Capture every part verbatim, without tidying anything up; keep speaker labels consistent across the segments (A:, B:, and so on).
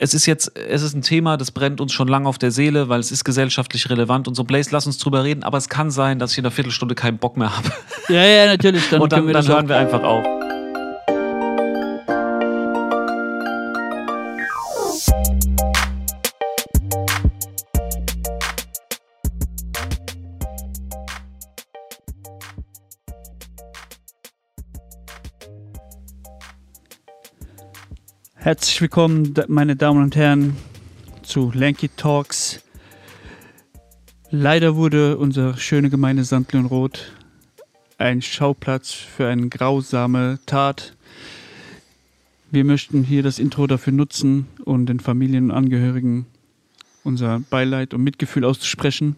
A: es ist jetzt, es ist ein Thema, das brennt uns schon lange auf der Seele, weil es ist gesellschaftlich relevant und so. Blaze, lass uns drüber reden, aber es kann sein, dass ich in einer Viertelstunde keinen Bock mehr habe.
B: Ja, ja, natürlich. Dann
A: und dann,
B: können wir
A: dann
B: das
A: hören
B: auch.
A: wir einfach auf.
B: Herzlich willkommen, meine Damen und Herren, zu Lanky Talks. Leider wurde unsere schöne Gemeinde Sankt Leonrod ein Schauplatz für eine grausame Tat. Wir möchten hier das Intro dafür nutzen und den Familien und Angehörigen unser Beileid und Mitgefühl auszusprechen.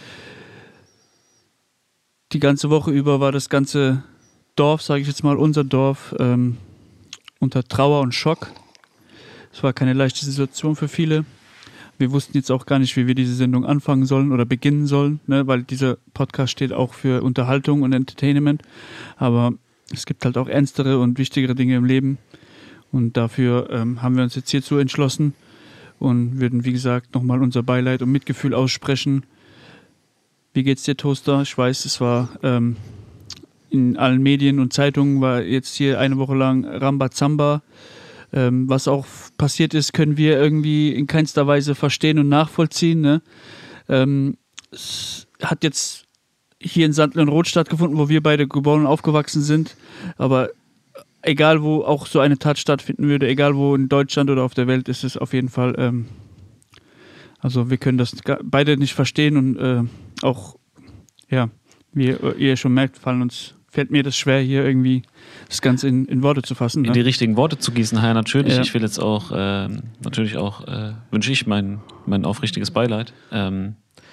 B: Die ganze Woche über war das ganze Dorf, sage ich jetzt mal, unser Dorf, ähm, unter Trauer und Schock. Es war keine leichte Situation für viele. Wir wussten jetzt auch gar nicht, wie wir diese Sendung anfangen sollen oder beginnen sollen, ne, weil dieser Podcast steht auch für Unterhaltung und Entertainment. Aber es gibt halt auch ernstere und wichtigere Dinge im Leben. Und dafür ähm, haben wir uns jetzt hierzu entschlossen und würden, wie gesagt, nochmal unser Beileid und Mitgefühl aussprechen. Wie geht's dir, Toaster? Ich weiß, es war ähm, in allen Medien und Zeitungen war jetzt hier eine Woche lang Rambazamba. Ähm, was auch passiert ist, können wir irgendwie in keinster Weise verstehen und nachvollziehen. Ne? Ähm, es hat jetzt hier in Sankt Leonrod stattgefunden, wo wir beide geboren und aufgewachsen sind. Aber egal, wo auch so eine Tat stattfinden würde, egal wo in Deutschland oder auf der Welt, ist es auf jeden Fall, ähm, also wir können das beide nicht verstehen und äh, auch, ja, wie ihr schon merkt, fallen uns fällt mir das schwer, hier irgendwie das Ganze in, in Worte zu fassen. Ne?
A: In die richtigen Worte zu gießen, ja, natürlich.
B: Ja.
A: Ich will jetzt auch, äh, natürlich auch, äh, wünsche ich mein, mein aufrichtiges Beileid. Ähm,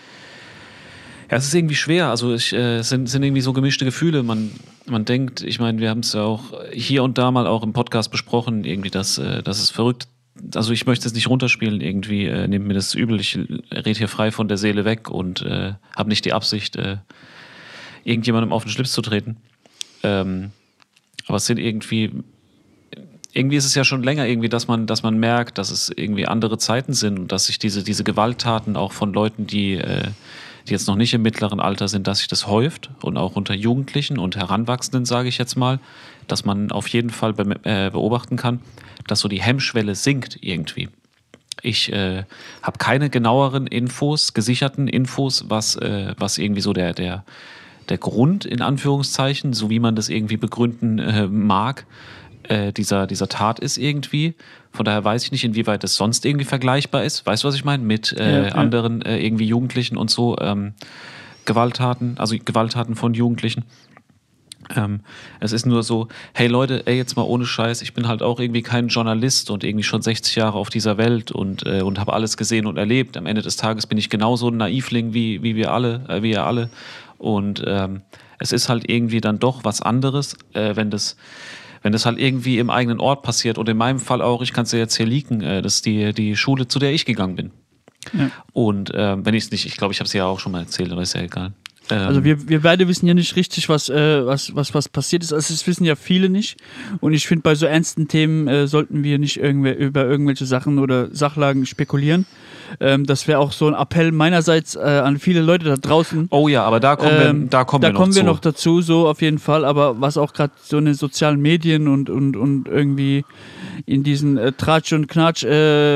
A: ja, es ist irgendwie schwer. Also ich, äh, es sind, sind irgendwie so gemischte Gefühle. Man, man denkt, ich meine, wir haben es ja auch hier und da mal auch im Podcast besprochen, irgendwie, dass, äh, dass es verrückt. Also ich möchte es nicht runterspielen, irgendwie, äh, nehmt mir das übel. Ich rede hier frei von der Seele weg und äh, habe nicht die Absicht, äh, irgendjemandem auf den Schlips zu treten. Ähm, aber es sind irgendwie, irgendwie ist es ja schon länger irgendwie, dass man, dass man merkt, dass es irgendwie andere Zeiten sind und dass sich diese, diese Gewalttaten auch von Leuten, die, äh, die jetzt noch nicht im mittleren Alter sind, dass sich das häuft und auch unter Jugendlichen und Heranwachsenden, sage ich jetzt mal, dass man auf jeden Fall be- äh, beobachten kann, dass so die Hemmschwelle sinkt irgendwie. Ich äh, habe keine genaueren Infos, gesicherten Infos, was, äh, was irgendwie so der, der der Grund, in Anführungszeichen, so wie man das irgendwie begründen äh, mag, äh, dieser, dieser Tat ist irgendwie. Von daher weiß ich nicht, inwieweit das sonst irgendwie vergleichbar ist. Weißt du, was ich meine? Mit äh, ja, ja. anderen äh, irgendwie Jugendlichen und so ähm, Gewalttaten, also Gewalttaten von Jugendlichen. Ähm, es ist nur so, hey Leute, ey, jetzt mal ohne Scheiß, ich bin halt auch irgendwie kein Journalist und irgendwie schon sechzig Jahre auf dieser Welt und, äh, und habe alles gesehen und erlebt. Am Ende des Tages bin ich genauso ein Naivling wie, wie wir alle, äh, wie ihr alle. Und ähm, es ist halt irgendwie dann doch was anderes, äh, wenn das wenn das halt irgendwie im eigenen Ort passiert. Und in meinem Fall auch, ich kann es dir jetzt hier leaken, äh, das ist die, die Schule, zu der ich gegangen bin. Ja. Und äh, wenn ich es nicht, ich glaube, ich habe es ja auch schon mal erzählt, aber ist ja egal. Ähm,
B: also wir, wir beide wissen ja nicht richtig, was, äh, was, was, was passiert ist. Also das wissen ja viele nicht. Und ich finde, bei so ernsten Themen äh, sollten wir nicht irgendwer, über irgendwelche Sachen oder Sachlagen spekulieren. Ähm, das wäre auch so ein Appell meinerseits äh, an viele Leute da draußen.
A: Oh ja, aber da kommen
B: ähm,
A: wir, da kommen
B: da
A: wir noch
B: kommen wir
A: zu.
B: noch dazu, so auf jeden Fall. Aber was auch gerade so in den sozialen Medien und, und, und irgendwie in diesen äh, Tratsch- und Knatsch äh,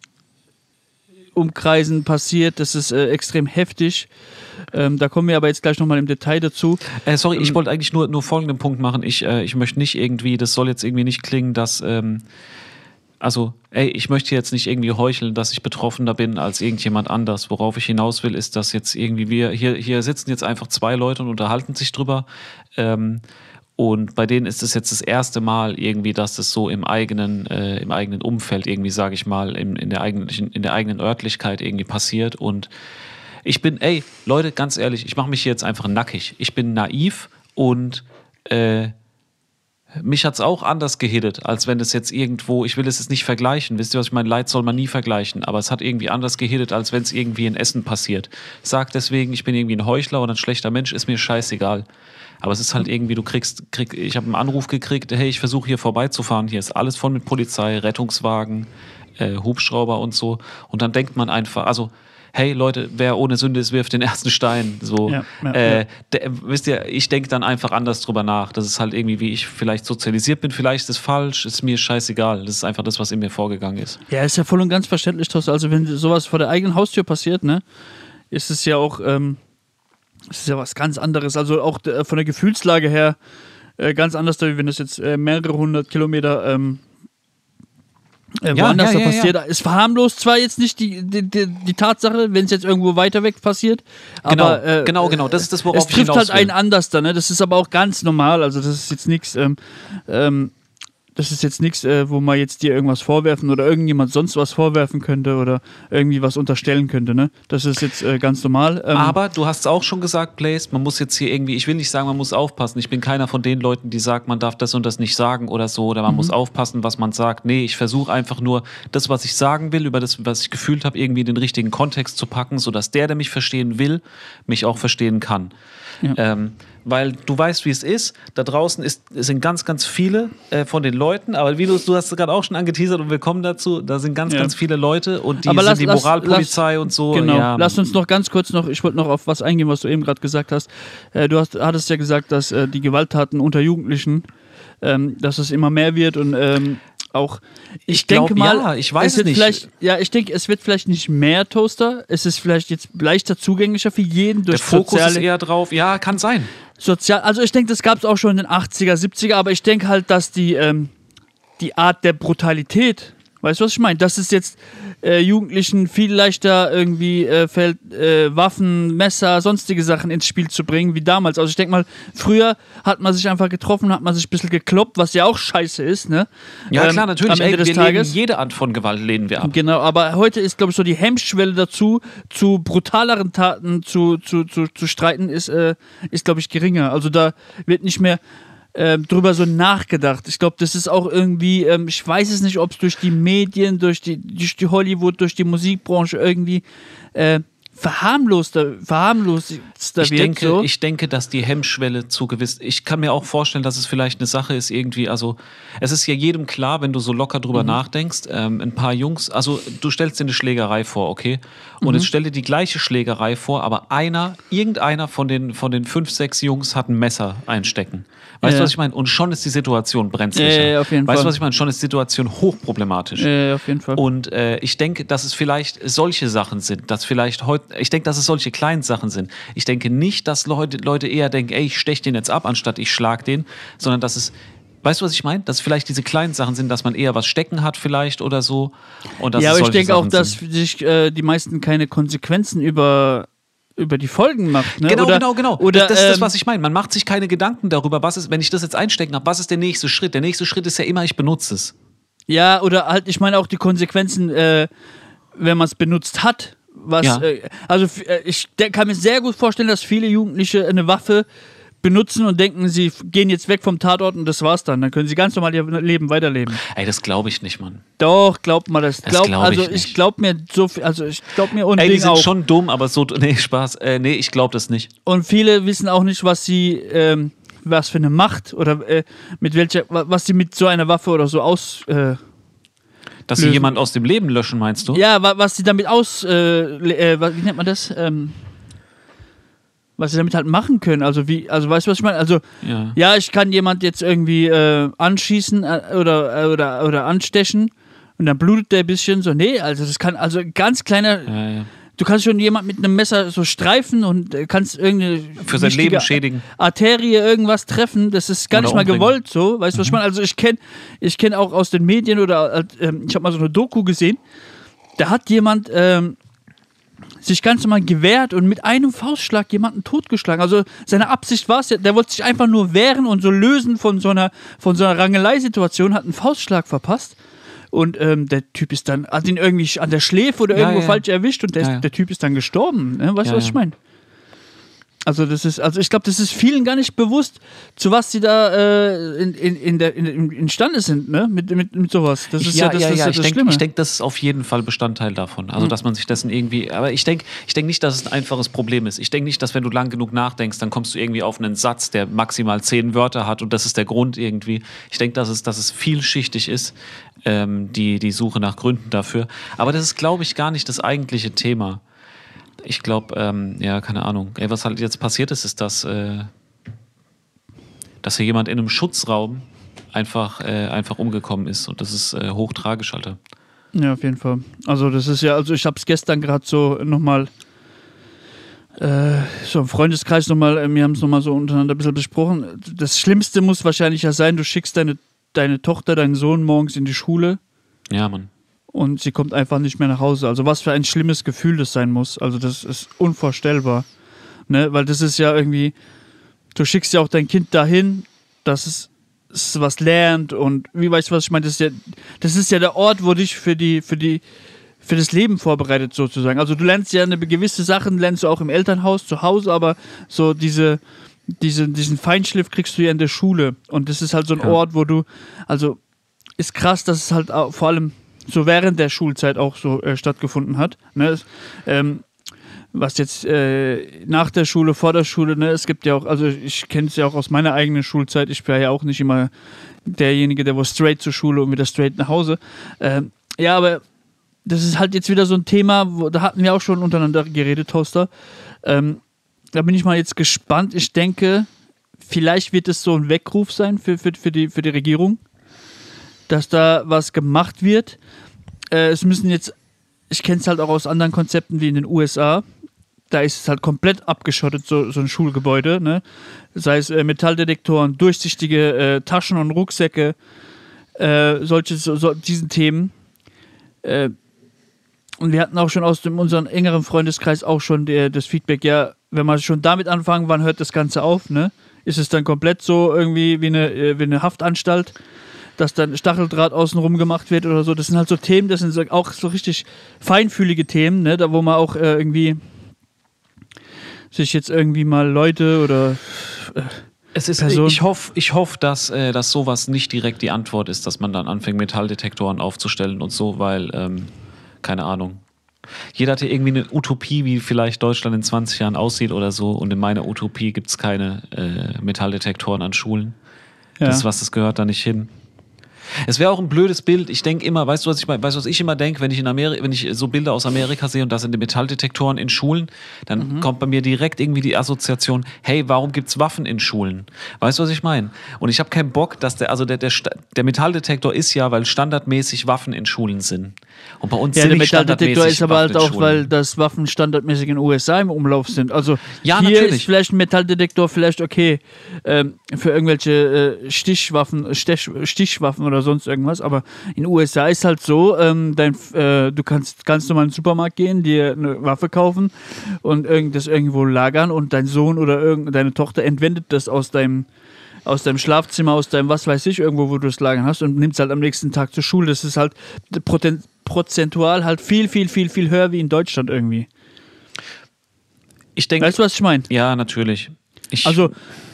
B: Umkreisen passiert, das ist äh, extrem heftig. Ähm, da kommen wir aber jetzt gleich nochmal im Detail dazu.
A: Äh, sorry, ich wollte eigentlich nur, nur folgenden Punkt machen. Ich, äh, ich möchte nicht irgendwie, das soll jetzt irgendwie nicht klingen, dass, ähm, also, ey, ich möchte jetzt nicht irgendwie heucheln, dass ich betroffener bin als irgendjemand anders. Worauf ich hinaus will, ist, dass jetzt irgendwie wir, hier, hier sitzen jetzt einfach zwei Leute und unterhalten sich drüber. Ähm, und bei denen ist es jetzt das erste Mal irgendwie, dass das so im eigenen, äh, im eigenen Umfeld irgendwie, sage ich mal, in, in, der eigenen, in der eigenen Örtlichkeit irgendwie passiert. Und ich bin, ey, Leute, ganz ehrlich, ich mache mich hier jetzt einfach nackig. Ich bin naiv und äh, mich hat's auch anders gehittet, als wenn das jetzt irgendwo, ich will es jetzt nicht vergleichen, wisst ihr, was ich meine? Leid soll man nie vergleichen, aber es hat irgendwie anders gehittet, als wenn es irgendwie in Essen passiert. Sag deswegen, ich bin irgendwie ein Heuchler oder ein schlechter Mensch, ist mir scheißegal. Aber es ist halt irgendwie, du kriegst, krieg, ich habe einen Anruf gekriegt, hey, ich versuche hier vorbeizufahren, hier ist alles voll mit Polizei, Rettungswagen, äh, Hubschrauber und so. Und dann denkt man einfach, also hey Leute, wer ohne Sünde ist, wirft den ersten Stein. So,
B: ja, ja,
A: äh,
B: ja.
A: Der, wisst ihr, ich denke dann einfach anders drüber nach. Das ist halt irgendwie, wie ich vielleicht sozialisiert bin. Vielleicht ist es falsch, ist mir scheißegal. Das ist einfach das, was in mir vorgegangen ist.
B: Ja, ist ja voll und ganz verständlich, Thorsten. Also wenn sowas vor der eigenen Haustür passiert, ne, ist es ja auch, ähm, es ist ja was ganz anderes. Also auch äh, von der Gefühlslage her äh, ganz anders, wie wenn das jetzt äh, mehrere hundert Kilometer ähm, Äh,
A: Ja,
B: woanders
A: ja,
B: da
A: ja,
B: passiert.
A: ja.
B: Es verharmlost zwar jetzt nicht die, die, die, die Tatsache, wenn es jetzt irgendwo weiter weg passiert,
A: Genau,
B: aber äh,
A: genau, genau. Das ist das, worauf
B: es
A: ich
B: trifft
A: hinaus
B: halt
A: will.
B: einen anders dann, ne? Das ist aber auch ganz normal, also das ist jetzt nichts, ähm, ähm, das ist jetzt nichts, äh, wo man jetzt dir irgendwas vorwerfen oder irgendjemand sonst was vorwerfen könnte oder irgendwie was unterstellen könnte, ne? Das ist jetzt äh, ganz normal. Ähm,
A: Aber du hast es auch schon gesagt, Blaze, man muss jetzt hier irgendwie, ich will nicht sagen, man muss aufpassen. Ich bin keiner von den Leuten, die sagt, man darf das und das nicht sagen oder so, oder man
B: Mhm.
A: muss aufpassen, was man sagt. Nee, ich versuche einfach nur, das, was ich sagen will, über das, was ich gefühlt habe, irgendwie in den richtigen Kontext zu packen, sodass der, der mich verstehen will, mich auch verstehen kann.
B: Ja.
A: Ähm, weil du weißt, wie es ist. Da draußen ist, sind ganz, ganz viele äh, von den Leuten, aber wie du, du hast es gerade auch schon angeteasert und wir kommen dazu, da sind ganz,
B: Ja.
A: ganz viele Leute und die
B: Aber
A: sind
B: lass-
A: die
B: lass-
A: Moralpolizei
B: lass-
A: und so.
B: Genau,
A: Ja,
B: lass uns noch ganz kurz noch, ich wollte noch auf was eingehen, was du eben gerade gesagt hast. Äh, du hast, hattest ja gesagt, dass äh, die Gewalttaten unter Jugendlichen, ähm, dass es immer mehr wird und ähm, auch, ich,
A: Ich glaub,
B: denke mal,
A: ja, ich weiß
B: es wird
A: nicht.
B: vielleicht, ja, ich denke, es wird vielleicht nicht mehr Toaster, es ist vielleicht jetzt leichter zugänglicher für jeden durch
A: der Fokus
B: soziale,
A: ist eher drauf, ja, kann sein.
B: sozial, also ich denke, das gab es auch schon in den achtziger, siebziger, aber ich denke halt, dass die, ähm, die Art der Brutalität, weißt du, was ich meine? Dass es jetzt äh, Jugendlichen viel leichter irgendwie äh, fällt, äh, Waffen, Messer, sonstige Sachen ins Spiel zu bringen, wie damals. Also ich denke mal, früher hat man sich einfach getroffen, hat man sich ein bisschen gekloppt, was ja auch scheiße ist, ne?
A: Ja,
B: Ähm,
A: klar, natürlich.
B: Am Ende
A: Ey,
B: des
A: wir
B: Tages.
A: lehnen jede Art von Gewalt lehnen wir ab.
B: Genau, aber heute ist, glaube ich, so die Hemmschwelle dazu, zu brutaleren Taten zu, zu, zu, zu streiten, ist, äh, ist glaube ich, geringer. Also da wird nicht mehr ähm, drüber so nachgedacht. Ich glaube, das ist auch irgendwie, ähm, ich weiß es nicht, ob es durch die Medien, durch die, durch die Hollywood, durch die Musikbranche irgendwie äh, verharmloster, verharmloster
A: Ich
B: wird.
A: denke,
B: so.
A: ich denke, dass die Hemmschwelle zu gewiss. Ich kann mir auch vorstellen, dass es vielleicht eine Sache ist, irgendwie. Also, es ist ja jedem klar, wenn du so locker drüber
B: Mhm.
A: nachdenkst. Ähm, ein paar Jungs, also, du stellst dir eine Schlägerei vor, okay? Und
B: Mhm.
A: jetzt stell dir die gleiche Schlägerei vor, aber einer, irgendeiner von den, von den fünf, sechs Jungs hat ein Messer einstecken. Weißt
B: Ja.
A: du, was ich meine? Und schon ist die Situation brenzlicher.
B: Ja, ja, auf jeden
A: weißt du,
B: Fall.
A: was ich meine? Schon ist die Situation hochproblematisch.
B: äh, auf jeden Fall.
A: Und äh, ich denke, dass es vielleicht solche Sachen sind, dass vielleicht heute, ich denke, dass es solche kleinen Sachen sind. Ich denke nicht, dass Leute, Leute eher denken, ey, ich stech den jetzt ab, anstatt ich schlag den, sondern dass es, weißt du, was ich meine? Dass es vielleicht diese kleinen Sachen sind, dass man eher was stecken hat vielleicht oder so. Und dass
B: Ja,
A: es
B: aber ich
A: solche
B: denke auch,
A: Sachen
B: dass
A: sind.
B: sich äh, die meisten keine Konsequenzen über, über die Folgen macht. Ne?
A: Genau,
B: oder,
A: genau, genau.
B: Oder,
A: das, das ist das,
B: ähm,
A: was ich meine. Man macht sich keine Gedanken darüber, was ist, wenn ich das jetzt einstecken habe, was ist der nächste Schritt? Der nächste Schritt ist ja immer, ich benutze es.
B: Ja, oder halt, ich meine auch die Konsequenzen, äh, wenn man es benutzt hat. Was,
A: Ja.
B: äh, also f- äh, ich de- kann mir sehr gut vorstellen, dass viele Jugendliche eine Waffe benutzen und denken, sie f- gehen jetzt weg vom Tatort und das war's dann. Dann können sie ganz normal ihr Leben weiterleben.
A: Ey, das glaube ich nicht, Mann.
B: Doch, glaubt mal das.
A: Das
B: Glaub,
A: glaub
B: also
A: ich
B: ich
A: nicht.
B: glaube mir so viel, also ich glaube mir und
A: Ey, die
B: Ding
A: sind
B: auch.
A: schon dumm, aber so, nee, Spaß. Äh, nee, ich glaube das nicht.
B: Und viele wissen auch nicht, was sie, ähm, was für eine Macht oder äh, mit welcher, wa- was sie mit so einer Waffe oder so aus, äh,
A: Dass sie
B: Lösen.
A: jemand aus dem Leben löschen, meinst du?
B: ja, wa- was sie damit aus, äh, le- äh, wa- wie nennt man das? Ähm, was sie damit halt machen können. Also wie, also weißt du, was ich meine? Also
A: Ja.
B: ja, ich kann jemand jetzt irgendwie äh, anschießen äh, oder, äh, oder, oder anstechen und dann blutet der ein bisschen so. Nee, also das kann, also ganz kleiner,
A: Ja, ja.
B: du kannst schon jemand mit einem Messer so streifen und äh, kannst irgendeine
A: Für sein
B: wichtige
A: Leben schädigen.
B: Arterie irgendwas treffen. Das ist gar
A: Oder
B: nicht mal
A: umbringen.
B: gewollt so. Weißt du, was ich meine? Also ich kenne ich kenn auch aus den Medien oder äh, ähm, ich habe mal so eine Doku gesehen, da hat jemand ähm, sich ganz normal gewehrt und mit einem Faustschlag jemanden totgeschlagen. Also seine Absicht war es, ja, der wollte sich einfach nur wehren und so lösen von so einer, von so einer Rangeleisituation, hat einen Faustschlag verpasst. Und ähm, der Typ ist dann, hat ihn irgendwie an der Schläfe oder
A: Ja,
B: irgendwo
A: ja.
B: falsch erwischt und der,
A: Ja,
B: ist,
A: ja.
B: der Typ ist dann gestorben. Ne? Weißt
A: Ja,
B: du, was
A: ja.
B: ich meine? Also das ist, also ich glaube, das ist vielen gar nicht bewusst, zu was sie da äh, in, in, in der, in, imstande sind, ne? Mit, mit, mit sowas. Das ist ja,
A: ja,
B: das,
A: ja,
B: das,
A: ja.
B: ist
A: Ich
B: das
A: denke,
B: Schlimme.
A: ich denk, das ist auf jeden Fall Bestandteil davon. Also, dass man sich dessen irgendwie. Aber ich denke ich denk nicht, dass es ein einfaches Problem ist. Ich denke nicht, dass wenn du lang genug nachdenkst, dann kommst du irgendwie auf einen Satz, der maximal zehn Wörter hat und das ist der Grund irgendwie. Ich denke, dass es, dass es vielschichtig ist. ähm, die, die Suche nach Gründen dafür. Aber das ist, glaube ich, gar nicht das eigentliche Thema. Ich glaube, ähm, ja, keine Ahnung. Ey, was halt jetzt passiert ist, ist, dass, äh, dass hier jemand in einem Schutzraum einfach, äh, einfach umgekommen ist. Und das ist äh, hochtragisch, Alter.
B: Ja, auf jeden Fall. Also das ist ja, also ich habe es gestern gerade so nochmal, äh, so im Freundeskreis nochmal, äh, wir haben es nochmal so untereinander ein bisschen besprochen. Das Schlimmste muss wahrscheinlich ja sein, du schickst deine, deine Tochter, deinen Sohn morgens in die Schule.
A: Ja, Mann.
B: Und sie kommt einfach nicht mehr nach Hause. Also was für ein schlimmes Gefühl das sein muss. Also das ist unvorstellbar. Ne? Weil das ist ja irgendwie, du schickst ja auch dein Kind dahin, dass es, es was lernt und wie weißt du, was ich meine? Das ist ja, das ist ja der Ort, wo dich für die, für die, für das Leben vorbereitet sozusagen. Also du lernst ja eine gewisse Sachen, lernst du auch im Elternhaus, zu Hause, aber so diese, diese, diesen Feinschliff kriegst du ja in der Schule. Und das ist halt so ein ja. Ort, wo du, also ist krass, dass es halt auch, vor allem so während der Schulzeit auch so äh, stattgefunden hat. Ne? Es, ähm, was jetzt äh, nach der Schule, vor der Schule, ne, es gibt ja auch, also ich kenne es ja auch aus meiner eigenen Schulzeit, ich war ja auch nicht immer derjenige, der war straight zur Schule und wieder straight nach Hause. Ähm, ja, aber das ist halt jetzt wieder so ein Thema, wo, da hatten wir auch schon untereinander geredet, Toaster. Ähm, da bin ich mal jetzt gespannt. Ich denke, vielleicht wird es so ein Weckruf sein für, für, für, die, für die Regierung, dass da was gemacht wird. Äh, es müssen jetzt, ich kenne es halt auch aus anderen Konzepten wie in den U S A, da ist es halt komplett abgeschottet, so, so ein Schulgebäude, ne? Sei es äh, Metalldetektoren, durchsichtige äh, Taschen und Rucksäcke, äh, solche, so, so, diesen Themen. Äh, und wir hatten auch schon aus dem, unserem engeren Freundeskreis auch schon der, das Feedback, ja, wenn man schon damit anfangen, wann hört das Ganze auf, ne? Ist es dann komplett so irgendwie wie eine, äh, wie eine Haftanstalt, dass dann Stacheldraht außenrum gemacht wird oder so. Das sind halt so Themen, das sind so, auch so richtig feinfühlige Themen, ne? Da wo man auch äh, irgendwie sich jetzt irgendwie mal Leute oder äh,
A: es ist,
B: Personen...
A: Ich hoffe, ich hoff, dass, äh, dass sowas nicht direkt die Antwort ist, dass man dann anfängt, Metalldetektoren aufzustellen und so, weil, ähm, keine Ahnung. Jeder hatte irgendwie eine Utopie, wie vielleicht Deutschland in zwanzig Jahren aussieht oder so. Und in meiner Utopie gibt es keine äh, Metalldetektoren an Schulen. Ja. Das, was das gehört da nicht hin. Es wäre auch ein blödes Bild. Ich denke immer, weißt du, was ich, weißt, was ich immer denke, wenn ich in Amerika, wenn ich so Bilder aus Amerika sehe und da sind die Metalldetektoren in Schulen, dann mhm. kommt bei mir direkt irgendwie die Assoziation, hey, warum gibt's Waffen in Schulen? Weißt du, was ich meine? Und ich habe keinen Bock, dass der, also der, der, der Metalldetektor ist ja, weil standardmäßig Waffen in Schulen sind. Und bei uns
B: ja,
A: sind
B: der Metalldetektor ist aber
A: Waffen
B: halt auch, weil das Waffen standardmäßig in den U S A im Umlauf sind. Also
A: ja,
B: hier
A: natürlich.
B: ist vielleicht ein Metalldetektor vielleicht okay ähm, für irgendwelche äh, Stichwaffen, Stech, Stichwaffen oder sonst irgendwas, aber in den U S A ist halt so, ähm, dein, äh, du kannst ganz normal in den Supermarkt gehen, dir eine Waffe kaufen und irgend, das irgendwo lagern und dein Sohn oder irgend, deine Tochter entwendet das aus deinem aus deinem Schlafzimmer, aus deinem was weiß ich, irgendwo, wo du das lagern hast und nimmst halt am nächsten Tag zur Schule. Das ist halt prozentual halt viel, viel, viel, viel höher wie in Deutschland irgendwie.
A: Ich denke,
B: weißt du, was ich meine?
A: Ja, natürlich. Ich,
B: also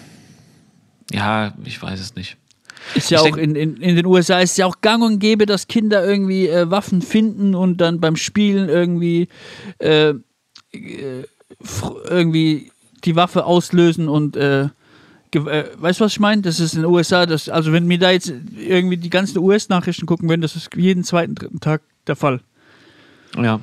A: ja, ich weiß es nicht.
B: Ist ja
A: ich
B: auch in, in, in den U S A ist ja auch gang und gäbe, dass Kinder irgendwie äh, Waffen finden und dann beim Spielen irgendwie äh, äh, irgendwie die Waffe auslösen und äh, ge- äh, weißt du, was ich meine? Das ist in den U S A, das, also wenn mir da jetzt irgendwie die ganzen U S-Nachrichten gucken würden, das ist jeden zweiten, dritten Tag der Fall.
A: Ja.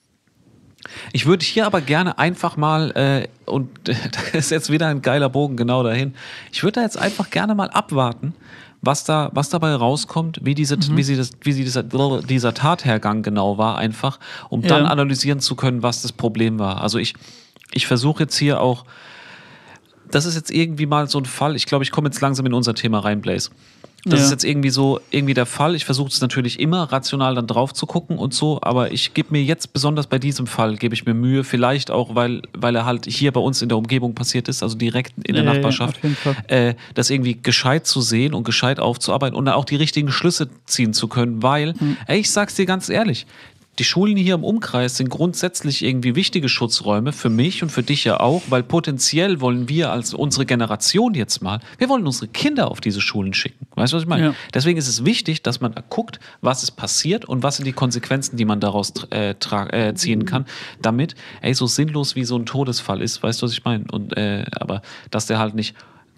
A: Ich würde hier aber gerne einfach mal, äh, und äh, da ist jetzt wieder ein geiler Bogen genau dahin, ich würde da jetzt einfach gerne mal abwarten, was da, was dabei rauskommt, wie diese, mhm. wie sie das, wie sie dieser, dieser Tathergang genau war, einfach, um ja. dann analysieren zu können, was das Problem war. Also ich, ich versuche jetzt hier auch, das ist jetzt irgendwie mal so ein Fall, ich glaube, ich komme jetzt langsam in unser Thema rein, Blaze. Das ja. ist jetzt irgendwie so, irgendwie der Fall. Ich versuche es natürlich immer rational dann drauf zu gucken und so, aber ich gebe mir jetzt, besonders bei diesem Fall, gebe ich mir Mühe, vielleicht auch, weil, weil er halt hier bei uns in der Umgebung passiert ist, also direkt in der ja, Nachbarschaft, ja, äh, das irgendwie gescheit zu sehen und gescheit aufzuarbeiten und dann auch die richtigen Schlüsse ziehen zu können, weil, mhm. ey, ich sag's dir ganz ehrlich, die Schulen hier im Umkreis sind grundsätzlich irgendwie wichtige Schutzräume für mich und für dich ja auch, weil potenziell wollen wir als unsere Generation jetzt mal, wir wollen unsere Kinder auf diese Schulen schicken. Weißt du, was ich meine? Ja. Deswegen ist es wichtig, dass man guckt, was ist passiert und was sind die Konsequenzen, die man daraus äh, tra- äh, ziehen kann, damit, ey, so sinnlos wie so ein Todesfall ist, weißt du, was ich meine? Und, äh, aber dass der halt nicht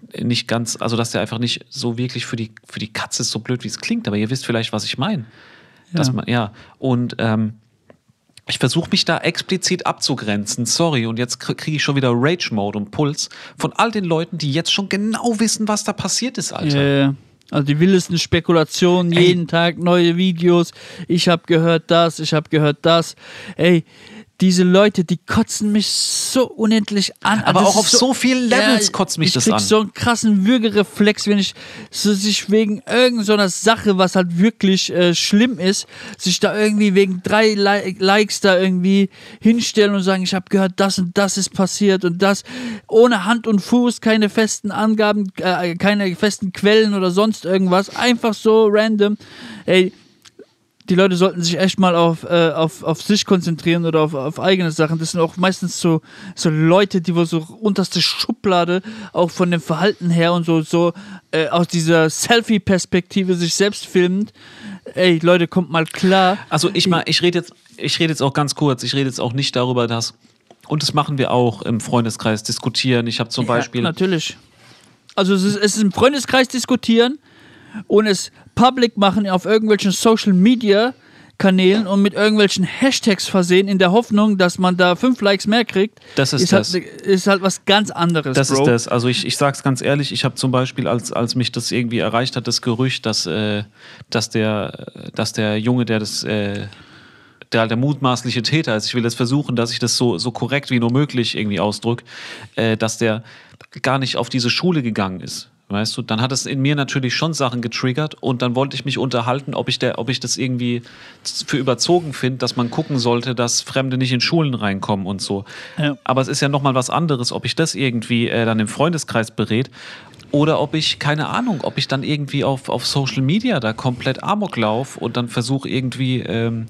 A: nicht ganz, also dass der einfach nicht so wirklich für die, für die Katze ist, so blöd wie es klingt, aber ihr wisst vielleicht, was ich meine.
B: Ja.
A: Dass man, ja, und ähm, ich versuche mich da explizit abzugrenzen, sorry, und jetzt kriege ich schon wieder Rage-Mode und Puls von all den Leuten, die jetzt schon genau wissen, was da passiert ist, Alter.
B: Ja, ja. Also die wildesten Spekulationen,
A: Ey.
B: jeden Tag neue Videos, ich habe gehört das, ich habe gehört das. Ey, diese Leute, die kotzen mich so unendlich an.
A: Aber
B: Das
A: auch
B: ist
A: auf so vielen Levels
B: ja,
A: kotzt mich
B: ich
A: das
B: krieg
A: an.
B: so einen krassen Würgereflex, wenn ich so sich wegen irgendeiner so einer Sache, was halt wirklich äh, schlimm ist, sich da irgendwie wegen drei Li- Likes da irgendwie hinstellen und sagen, ich habe gehört, das und das ist passiert und das ohne Hand und Fuß, keine festen Angaben, äh, keine festen Quellen oder sonst irgendwas, einfach so random. Ey, die Leute sollten sich echt mal auf, äh, auf, auf sich konzentrieren oder auf, auf eigene Sachen. Das sind auch meistens so, so Leute, die wohl so unterste Schublade auch von dem Verhalten her und so, so äh, aus dieser Selfie-Perspektive sich selbst filmend. Ey, Leute, kommt mal klar.
A: Also ich mal, ich rede jetzt, ich rede jetzt auch ganz kurz, ich rede jetzt auch nicht darüber, dass, und das machen wir auch im Freundeskreis, diskutieren. Ich habe zum Beispiel.
B: Ja, natürlich. Also es ist, es ist im Freundeskreis diskutieren und es public machen auf irgendwelchen Social Media Kanälen und mit irgendwelchen Hashtags versehen, in der Hoffnung, dass man da fünf Likes mehr kriegt,
A: Das ist
B: ist,
A: das.
B: Halt, ist halt was ganz anderes,
A: Das
B: Bro.
A: ist das. Also ich, ich sag's ganz ehrlich, ich habe zum Beispiel, als, als mich das irgendwie erreicht hat, das Gerücht, dass, äh, dass, der, dass der Junge, der das, äh, der halt der mutmaßliche Täter ist, ich will jetzt versuchen, dass ich das so, so korrekt wie nur möglich irgendwie ausdrücke, äh, dass der gar nicht auf diese Schule gegangen ist. Weißt du, dann hat es in mir natürlich schon Sachen getriggert und dann wollte ich mich unterhalten, ob ich, der, ob ich das irgendwie für überzogen finde, dass man gucken sollte, dass Fremde nicht in Schulen reinkommen und so.
B: Ja.
A: Aber es ist ja nochmal was anderes, ob ich das irgendwie äh, dann im Freundeskreis berät oder ob ich, keine Ahnung, ob ich dann irgendwie auf, auf Social Media da komplett Amok laufe und dann versuche irgendwie, ähm,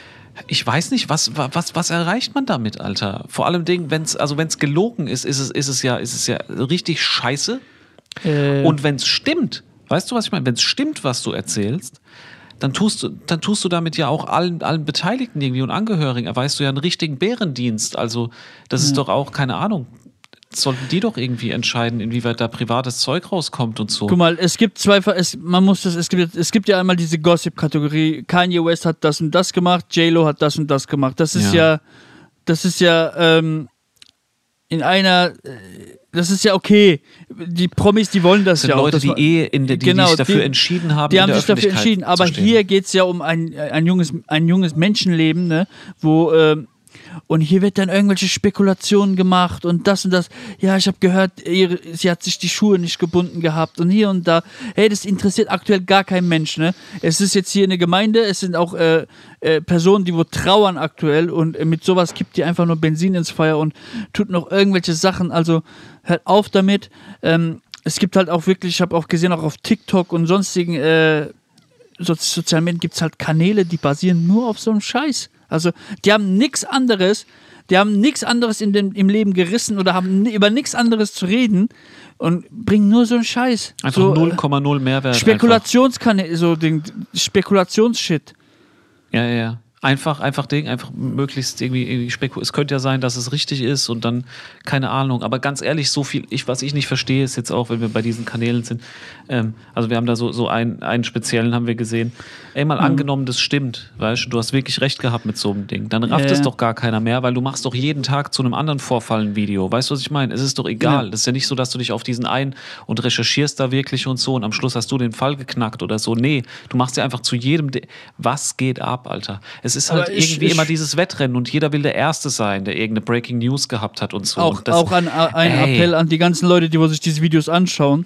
A: ich weiß nicht, was, was, was erreicht man damit, Alter? Vor allem, wenn es also wenn's gelogen ist, ist es, ist, es ja, ist es ja richtig scheiße.
B: Äh,
A: Und wenn es stimmt, weißt du, was ich meine? Wenn es stimmt, was du erzählst, dann tust du, dann tust du damit ja auch allen, allen Beteiligten irgendwie und Angehörigen, erweist du ja einen richtigen Bärendienst. Also, das ist
B: Ja.
A: doch auch, keine Ahnung, sollten die doch irgendwie entscheiden, inwieweit da privates Zeug rauskommt und so.
B: Guck mal, es gibt zwei, es, man muss das, es gibt, es gibt ja einmal diese Gossip-Kategorie. Kanye West hat das und das gemacht, J-Lo hat das und das gemacht. Das ist ja,
A: Ja.
B: das ist ja ähm, in einer, äh, das ist ja okay. Die Promis, die wollen das
A: Das sind
B: ja auch.
A: Leute,
B: dass
A: die
B: man-
A: eh in der, die,
B: genau,
A: die sich dafür
B: die-
A: entschieden haben,
B: Die
A: in
B: haben
A: der
B: sich dafür
A: Öffentlichkeit
B: entschieden, aber
A: zu stehen.
B: hier geht es ja um ein, ein, junges, ein junges Menschenleben, ne, wo, ähm, und hier wird dann irgendwelche Spekulationen gemacht und das und das. Ja, ich habe gehört, ihre, sie hat sich die Schuhe nicht gebunden gehabt und hier und da. Hey, das interessiert aktuell gar kein Mensch, ne? Es ist jetzt hier eine Gemeinde, es sind auch äh, äh, Personen, die wo trauern aktuell und äh, mit sowas kippt ihr einfach nur Benzin ins Feuer und tut noch irgendwelche Sachen. Also hört auf damit. Ähm, es gibt halt auch wirklich, ich habe auch gesehen, auch auf TikTok und sonstigen äh, so, sozialen Medien gibt es halt Kanäle, die basieren nur auf so einem Scheiß. Also die haben nichts anderes, die haben nichts anderes in dem, im Leben gerissen oder haben ni- über nichts anderes zu reden und bringen nur so einen Scheiß.
A: Einfach
B: so,
A: null Komma null Mehrwert.
B: Spekulationskanäle, so den Spekulationsshit.
A: Ja, ja, ja. Einfach, einfach Ding, einfach möglichst irgendwie, irgendwie spekulieren. Es könnte ja sein, dass es richtig ist und dann, keine Ahnung. Aber ganz ehrlich, so viel, ich, was ich nicht verstehe, ist jetzt auch, wenn wir bei diesen Kanälen sind, ähm, also wir haben da so, so einen, einen speziellen, haben wir gesehen. Ey, mal
B: Mhm.
A: angenommen, das stimmt, weißt du, du hast wirklich recht gehabt mit so einem Ding. Dann rafft
B: Ja,
A: es
B: ja.
A: doch gar keiner mehr, weil du machst doch jeden Tag zu einem anderen Vorfall ein Video. Weißt du, was ich meine? Es ist doch egal.
B: Ja.
A: Das ist ja nicht so, dass du dich auf diesen einen und recherchierst da wirklich und so und am Schluss hast du den Fall geknackt oder so. Nee, du machst ja einfach zu jedem, De- was geht ab, Alter? Es ist halt
B: Aber ich-
A: irgendwie
B: ich-
A: immer dieses Wettrennen und jeder will der Erste sein, der irgendeine Breaking News gehabt hat und so.
B: Auch,
A: und das,
B: auch an, ein
A: ey.
B: Appell an die ganzen Leute, die wo sich diese Videos anschauen.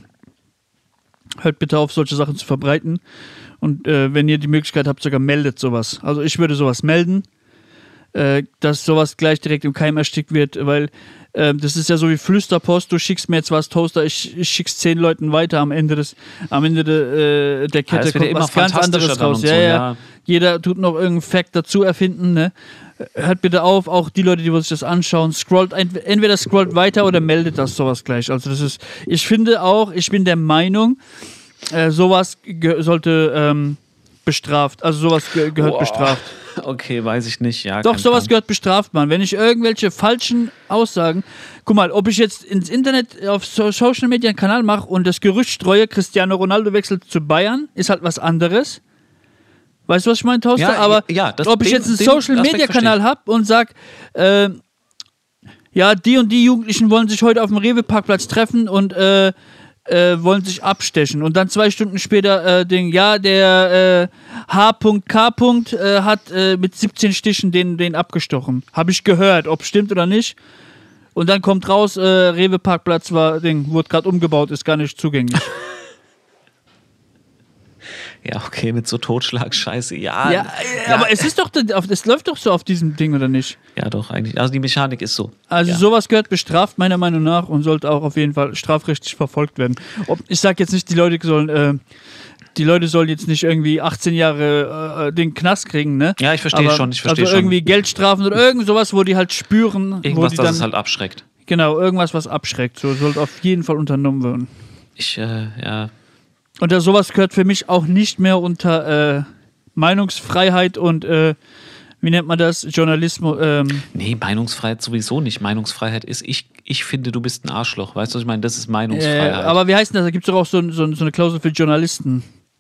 B: Hört bitte auf, solche Sachen zu verbreiten. Und äh, wenn ihr die Möglichkeit habt, sogar meldet sowas. Also ich würde sowas melden, äh, dass sowas gleich direkt im Keim erstickt wird, weil äh, das ist ja so wie Flüsterpost, du schickst mir jetzt was, Toaster, ich, ich schick's zehn Leuten weiter, am Ende des, am Ende de, äh, der Kette
A: es wird ja
B: kommt
A: immer
B: was ganz
A: fantastischer
B: anderes
A: dann
B: raus.
A: und
B: Ja,
A: so,
B: ja.
A: ja.
B: Jeder tut noch irgendeinen Fact dazu erfinden, ne? Hört bitte auf, auch die Leute, die sich das anschauen, scrollt ent- entweder scrollt weiter oder meldet das sowas gleich. Also das ist, ich finde auch, ich bin der Meinung, äh, sowas ge- sollte ähm, bestraft, also sowas ge gehört
A: Boah.
B: bestraft.
A: Okay, weiß ich nicht. Ja,
B: Doch, sowas
A: Plan.
B: gehört bestraft, Mann. Wenn ich irgendwelche falschen Aussagen, guck mal, ob ich jetzt ins Internet auf so Social Media einen Kanal mache und das Gerücht streue, Cristiano Ronaldo wechselt zu Bayern, ist halt was anderes. Weißt du, was ich meine, Toaster?
A: Ja,
B: Aber
A: ja, das,
B: ob ich
A: den,
B: jetzt einen
A: den
B: Social
A: Aspekt
B: Media Kanal habe und sag, äh, ja, die und die Jugendlichen wollen sich heute auf dem Rewe-Parkplatz treffen und äh, äh, wollen sich abstechen. Und dann zwei Stunden später äh, Ding, ja, der äh, H K. Äh, hat äh, mit siebzehn Stichen den, den abgestochen. Habe ich gehört, ob stimmt oder nicht. Und dann kommt raus, äh, Rewe-Parkplatz war, Ding, wurde gerade umgebaut, ist gar nicht zugänglich.
A: Ja, okay, mit so Totschlag-Scheiße, ja.
B: Ja,
A: ja,
B: aber es ist doch, es läuft doch so auf diesem Ding, oder nicht?
A: Ja, doch, eigentlich. Also die Mechanik ist so.
B: Also
A: ja.
B: sowas gehört bestraft, meiner Meinung nach, und sollte auch auf jeden Fall strafrechtlich verfolgt werden. Ob, ich sag jetzt nicht, die Leute sollen, äh, die Leute sollen jetzt nicht irgendwie achtzehn Jahre äh, den Knast kriegen, ne?
A: Ja, ich verstehe schon, ich verstehe
B: also
A: schon.
B: irgendwie Geldstrafen oder irgend sowas, wo die halt spüren.
A: Irgendwas,
B: wo die
A: das
B: dann,
A: es halt abschreckt.
B: Genau, irgendwas, was abschreckt. So sollte auf jeden Fall unternommen werden.
A: Ich, äh, ja.
B: Und ja, sowas gehört für mich auch nicht mehr unter äh, Meinungsfreiheit und, äh, wie nennt man das, Journalismus. Ähm.
A: Nee, Meinungsfreiheit sowieso nicht. Meinungsfreiheit ist, ich, ich finde, du bist ein Arschloch. Weißt du, was ich meine? Das ist Meinungsfreiheit.
B: Äh, aber wie heißt denn das? Da gibt es doch auch so, so, so eine Klausel für Journalisten.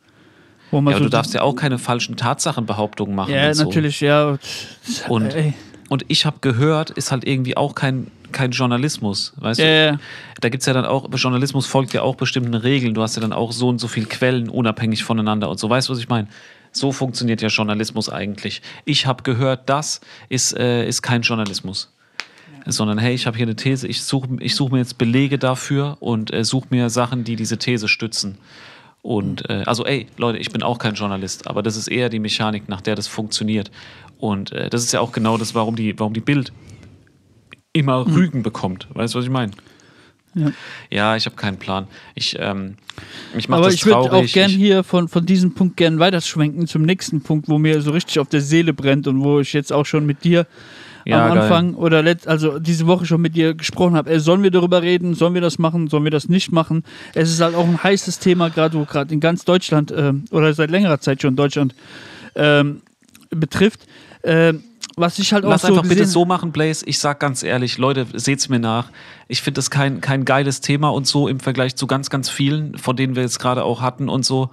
B: Wo man
A: ja,
B: so
A: du darfst ja auch keine falschen Tatsachenbehauptungen machen.
B: Ja,
A: und so.
B: natürlich, ja.
A: Und,
B: Ey.
A: und ich habe gehört, ist halt irgendwie auch kein, kein Journalismus. Weißt
B: Ja,
A: du?
B: ja.
A: Da gibt es ja dann auch, Journalismus folgt ja auch bestimmten Regeln. Du hast ja dann auch so und so viele Quellen unabhängig voneinander und so. Weißt du, was ich meine? So funktioniert ja Journalismus eigentlich. Ich habe gehört, das ist, äh, ist kein Journalismus. Ja. Sondern, hey, ich habe hier eine These, ich suche ich such mir jetzt Belege dafür und äh, suche mir Sachen, die diese These stützen. Und, äh, also, ey, Leute, ich bin auch kein Journalist, aber das ist eher die Mechanik, nach der das funktioniert. Und äh, das ist ja auch genau das, warum die, warum die Bild immer mhm. Rügen bekommt. Weißt du, was ich meine?
B: Ja.
A: ja, ich habe keinen Plan. Ich, ähm, ich mache
B: Aber
A: das
B: ich würde auch gern
A: ich,
B: hier von, von diesem Punkt gern weiterschwenken zum nächsten Punkt, wo mir so richtig auf der Seele brennt und wo ich jetzt auch schon mit dir ja, am Anfang geil. oder let, also diese Woche schon mit dir gesprochen habe. Äh, sollen wir darüber reden? Sollen wir das machen? Sollen wir das nicht machen? Es ist halt auch ein heißes Thema, gerade wo gerade in ganz Deutschland äh, oder seit längerer Zeit schon Deutschland ähm, betrifft. Äh, Was ich halt auch
A: Lass
B: so
A: einfach
B: gesehen
A: bitte so machen, Blaze. Ich sag ganz ehrlich, Leute, seht's mir nach. Ich finde das kein, kein geiles Thema und so im Vergleich zu ganz, ganz vielen, von denen wir jetzt gerade auch hatten und so.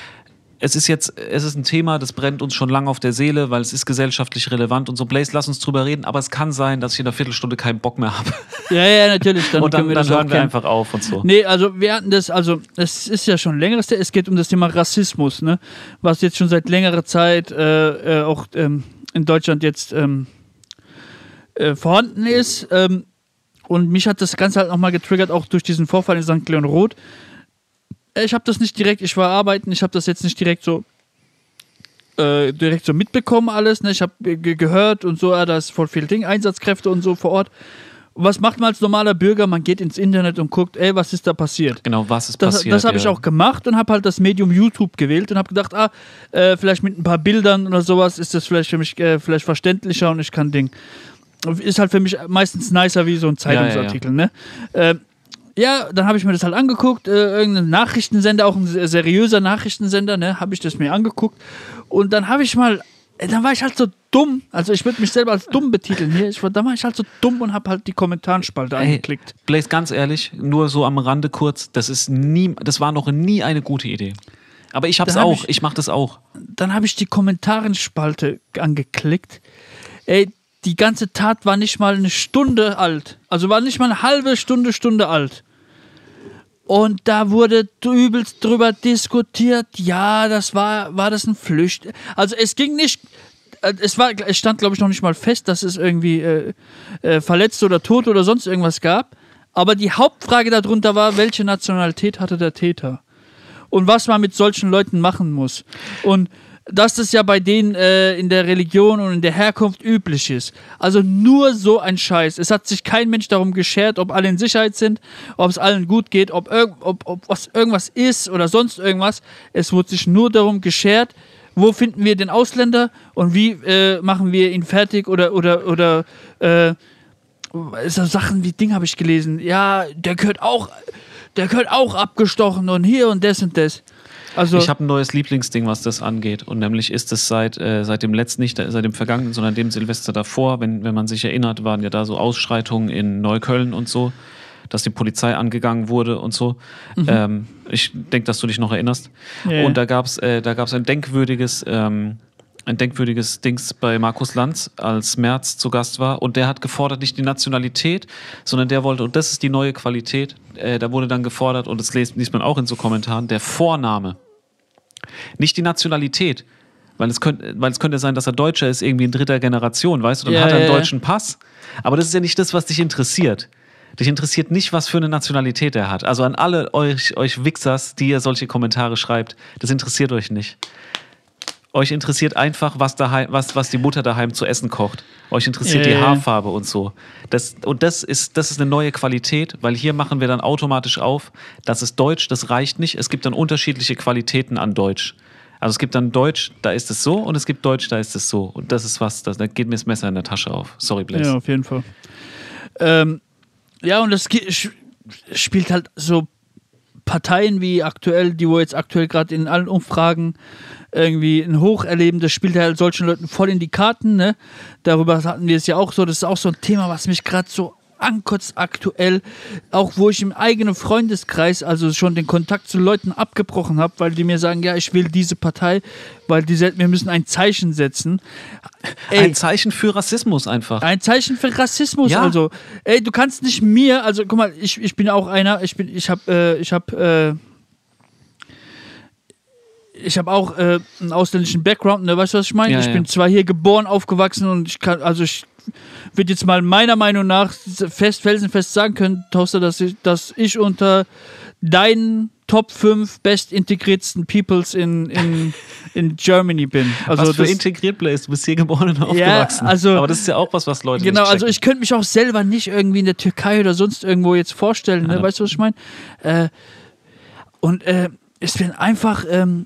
A: Es ist jetzt, es ist ein Thema, das brennt uns schon lange auf der Seele, weil es ist gesellschaftlich relevant und so. Blaze, lass uns drüber reden, aber es kann sein, dass ich in einer Viertelstunde keinen Bock mehr habe.
B: Ja, ja, natürlich. Dann
A: und dann,
B: können wir
A: dann
B: das
A: hören
B: auch
A: wir
B: kennen.
A: einfach auf und so.
B: Nee, also wir hatten das, also es ist ja schon längeres, es geht um das Thema Rassismus, ne? Was jetzt schon seit längerer Zeit äh, äh, auch ähm, in Deutschland jetzt ähm, äh, vorhanden ist. Ähm, und mich hat das Ganze halt nochmal getriggert, auch durch diesen Vorfall in Sankt Leon Roth. Ich habe das nicht direkt, ich war arbeiten, ich habe das jetzt nicht direkt so äh, direkt so mitbekommen alles. Ne? Ich habe ge- gehört und so, ja, da ist voll viel Ding, Einsatzkräfte und so vor Ort. Und was macht man als normaler Bürger? Man geht ins Internet und guckt, ey, was ist da passiert?
A: Genau, was ist
B: das,
A: passiert?
B: Das habe
A: ja.
B: ich auch gemacht und habe halt das Medium YouTube gewählt und habe gedacht, ah, äh, vielleicht mit ein paar Bildern oder sowas ist das vielleicht für mich äh, vielleicht verständlicher und ich kann Ding. Ist halt für mich meistens nicer wie so ein Zeitungsartikel, ja, ja, ja. ne? Äh, Ja, dann habe ich mir das halt angeguckt, äh, irgendein Nachrichtensender, auch ein seriöser Nachrichtensender, ne, habe ich das mir angeguckt und dann habe ich mal, äh, dann war ich halt so dumm, also ich würde mich selber als dumm betiteln hier, ich war, dann war ich halt so dumm und habe halt die Kommentarspalte Ey, angeklickt.
A: Blaze, ganz ehrlich, nur so am Rande kurz, das ist nie, das war noch nie eine gute Idee. Aber ich hab's
B: hab
A: auch,
B: ich,
A: ich mach das auch.
B: Dann habe ich die Kommentarenspalte angeklickt, ey, die ganze Tat war nicht mal eine Stunde alt, also war nicht mal eine halbe Stunde, Stunde alt. Und da wurde übelst drüber diskutiert, ja, das war, war das ein Flücht. Also es ging nicht, es war, es stand glaube ich noch nicht mal fest, dass es irgendwie äh, äh, verletzt oder tot oder sonst irgendwas gab. Aber die Hauptfrage darunter war, welche Nationalität hatte der Täter? Und was man mit solchen Leuten machen muss. Und dass das ja bei denen äh, in der Religion und in der Herkunft üblich ist. Also nur so ein Scheiß. Es hat sich kein Mensch darum geschert, ob alle in Sicherheit sind, ob es allen gut geht, ob, irg- ob, ob was irgendwas ist oder sonst irgendwas. Es wurde sich nur darum geschert, wo finden wir den Ausländer und wie äh, machen wir ihn fertig oder, oder, oder äh, so Sachen wie Ding habe ich gelesen. Ja, der gehört auch, der gehört auch abgestochen und hier und das und das. Also
A: ich habe ein neues Lieblingsding, was das angeht. Und nämlich ist es seit, äh, seit dem letzten, nicht seit dem vergangenen, sondern dem Silvester davor, wenn, wenn man sich erinnert, waren ja da so Ausschreitungen in Neukölln und so, dass die Polizei angegangen wurde und so. Mhm. Ähm, ich denke, dass du dich noch erinnerst. Yeah. Und da gab es äh, da gab's ein denkwürdiges, ähm, ein denkwürdiges Dings bei Markus Lanz, als Merz zu Gast war. Und der hat gefordert, nicht die Nationalität, sondern der wollte, und das ist die neue Qualität, äh, da wurde dann gefordert, und das liest, liest man auch in so Kommentaren, der Vorname. Nicht die Nationalität. Weil es, könnte, weil es könnte sein, dass er Deutscher ist, irgendwie in dritter Generation, weißt du? Dann
B: ja,
A: hat er einen
B: ja,
A: deutschen Pass. Aber das ist ja nicht das, was dich interessiert. Dich interessiert nicht, was für eine Nationalität er hat. Also an alle euch, euch Wichsers, die ihr solche Kommentare schreibt, das interessiert euch nicht. Euch interessiert einfach, was, daheim, was, was die Mutter daheim zu essen kocht. Euch interessiert yeah. die Haarfarbe und so. Das, und das ist, das ist eine neue Qualität, weil hier machen wir dann automatisch auf, das ist Deutsch, das reicht nicht. Es gibt dann unterschiedliche Qualitäten an Deutsch. Also es gibt dann Deutsch, da ist es so, und es gibt Deutsch, da ist es so. Und das ist was, das, da geht mir das Messer in der Tasche auf. Sorry, Blaze.
B: Ja, auf jeden Fall. Ähm, ja, und das spielt halt so Parteien wie aktuell, die wo jetzt aktuell gerade in allen Umfragen irgendwie ein Hoch erleben, das spielt halt solchen Leuten voll in die Karten, ne? Darüber hatten wir es ja auch so, das ist auch so ein Thema, was mich gerade so ankotzt aktuell, auch wo ich im eigenen Freundeskreis also schon den Kontakt zu Leuten abgebrochen habe, weil die mir sagen, ja, ich will diese Partei, weil die, wir müssen ein Zeichen setzen.
A: Ey, ein Zeichen für Rassismus einfach.
B: Ein Zeichen für Rassismus, ja. Also, ey, du kannst nicht mir, also guck mal, ich, ich bin auch einer, ich bin, ich habe, äh, ich habe, äh, ich habe auch äh, einen ausländischen Background, ne, weißt du, was ich meine? Ja, ich ja. bin zwar hier geboren, aufgewachsen und ich kann, also ich würde jetzt mal meiner Meinung nach fest, felsenfest sagen können, Toaster, dass ich, dass ich unter deinen Top fünf best integriertsten Peoples in, in, in Germany bin. Also
A: was für
B: das,
A: integriert, Blaze? Du bist hier geboren und aufgewachsen.
B: Ja, also,
A: aber das ist ja auch was, was Leute
B: genau,
A: nicht checken.
B: Also ich könnte mich auch selber nicht irgendwie in der Türkei oder sonst irgendwo jetzt vorstellen, ne? Ja. Weißt du, was ich meine? Äh, und äh, es bin einfach ähm,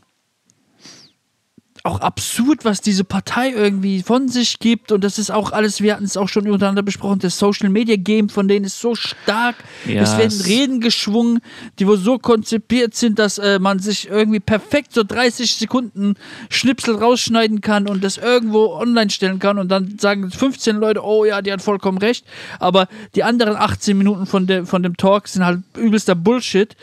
B: auch absurd, was diese Partei irgendwie von sich gibt, und das ist auch alles, wir hatten es auch schon untereinander besprochen, das Social Media Game von denen ist so stark, yes. Es werden Reden geschwungen, die wo so konzipiert sind, dass äh, man sich irgendwie perfekt so dreißig Sekunden Schnipsel rausschneiden kann und das irgendwo online stellen kann, und dann sagen fünfzehn Leute, oh ja, die hat vollkommen recht, aber die anderen achtzehn Minuten von, der, von dem Talk sind halt übelster Bullshit.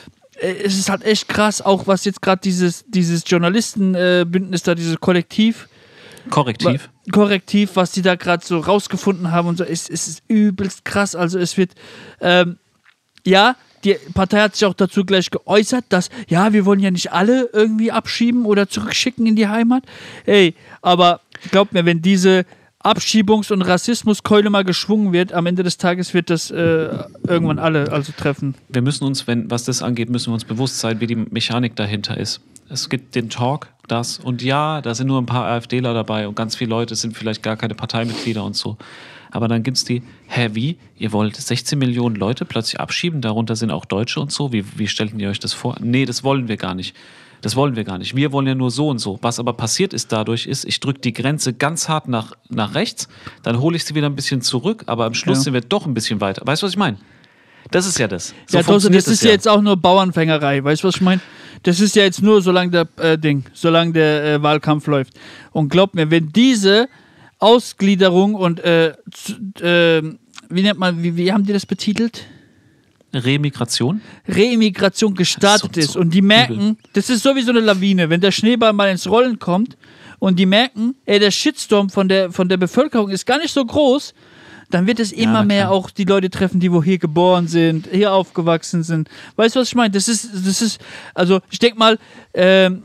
B: Es ist halt echt krass, auch was jetzt gerade dieses, dieses Journalistenbündnis da, dieses Kollektiv.
A: Korrektiv.
B: Korrektiv, was die da gerade so rausgefunden haben und so, es, es ist übelst krass. Also es wird, ähm, ja, die Partei hat sich auch dazu gleich geäußert, dass, ja, wir wollen ja nicht alle irgendwie abschieben oder zurückschicken in die Heimat. Ey, aber glaubt mir, wenn diese Abschiebungs- und Rassismuskeule mal geschwungen wird, am Ende des Tages wird das äh, irgendwann alle also treffen.
A: Wir müssen uns, wenn was das angeht, müssen wir uns bewusst sein, wie die Mechanik dahinter ist. Es gibt den Talk, das, und ja, da sind nur ein paar AfDler dabei und ganz viele Leute sind vielleicht gar keine Parteimitglieder und so. Aber dann gibt es die, hä, wie? Ihr wollt sechzehn Millionen Leute plötzlich abschieben, darunter sind auch Deutsche und so? Wie, wie stellten ihr euch das vor? Nee, das wollen wir gar nicht. Das wollen wir gar nicht. Wir wollen ja nur so und so. Was aber passiert ist dadurch, ist, ich drücke die Grenze ganz hart nach, nach rechts, dann hole ich sie wieder ein bisschen zurück, aber am Schluss ja. sind wir doch ein bisschen weiter. Weißt du, was ich meine? Das ist ja das. So
B: ja, Tose, das ist ja jetzt auch nur Bauernfängerei. Weißt du, was ich meine? Das ist ja jetzt nur, solange der äh, Ding, solange der äh, Wahlkampf läuft. Und glaub mir, wenn diese Ausgliederung und äh, äh, wie nennt man, wie, wie haben die das betitelt?
A: Remigration?
B: Remigration gestartet ist. So, so und die merken, übel. Das ist sowieso eine Lawine, wenn der Schneeball mal ins Rollen kommt und die merken, ey, der Shitstorm von der, von der Bevölkerung ist gar nicht so groß, dann wird es immer ja, mehr klar. Auch die Leute treffen, die wo hier geboren sind, hier aufgewachsen sind. Weißt du, was ich meine? Das ist, das ist, also ich denke mal, ähm,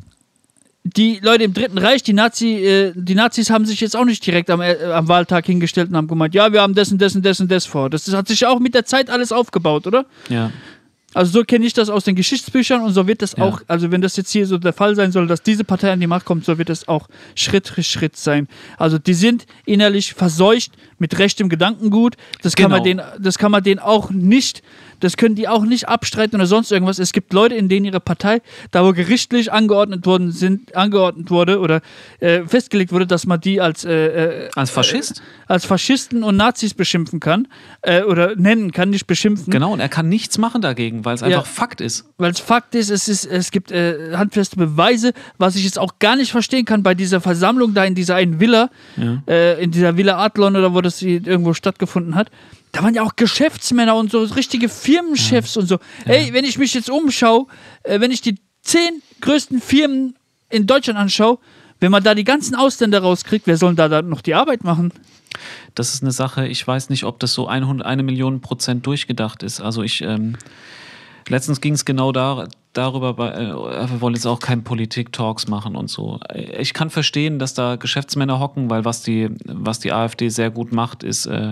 B: die Leute im Dritten Reich, die, Nazi, äh, die Nazis haben sich jetzt auch nicht direkt am, äh, am Wahltag hingestellt und haben gemeint, ja, wir haben das und das und das und das vor. Das, das hat sich auch mit der Zeit alles aufgebaut, oder?
A: Ja.
B: Also so kenne ich das aus den Geschichtsbüchern und so wird das ja. auch, also wenn das jetzt hier so der Fall sein soll, dass diese Partei an die Macht kommt, so wird das auch Schritt für Schritt sein. Also die sind innerlich verseucht mit rechtem Gedankengut. Das kann, genau. man denen, das kann man denen auch nicht, das können die auch nicht abstreiten oder sonst irgendwas. Es gibt Leute, in denen ihre Partei, da wo gerichtlich angeordnet worden sind, angeordnet wurde oder äh, festgelegt wurde, dass man die als äh, äh,
A: als Faschist?
B: Äh, als Faschisten und Nazis beschimpfen kann äh, oder nennen kann, nicht beschimpfen.
A: Genau, und er kann nichts machen dagegen, weil es einfach
B: Ja.
A: Fakt ist.
B: Weil es Fakt ist, es, ist, es gibt äh, handfeste Beweise, was ich jetzt auch gar nicht verstehen kann bei dieser Versammlung da in dieser einen Villa,
A: Ja.
B: äh, in dieser Villa Adlon oder wo das irgendwo stattgefunden hat. Da waren ja auch Geschäftsmänner und so, richtige Firmenchefs ja. und so. Ja. Ey, wenn ich mich jetzt umschaue, äh, wenn ich die zehn größten Firmen in Deutschland anschaue, wenn man da die ganzen Ausländer rauskriegt, wer soll da, da noch die Arbeit machen?
A: Das ist eine Sache, ich weiß nicht, ob das so hundert, eine Million Prozent durchgedacht ist. Also ich, ähm, letztens ging es genau da, darüber, bei, äh, wir wollen jetzt auch keine Politik-Talks machen und so. Ich kann verstehen, dass da Geschäftsmänner hocken, weil was die, was die AfD sehr gut macht, ist, äh,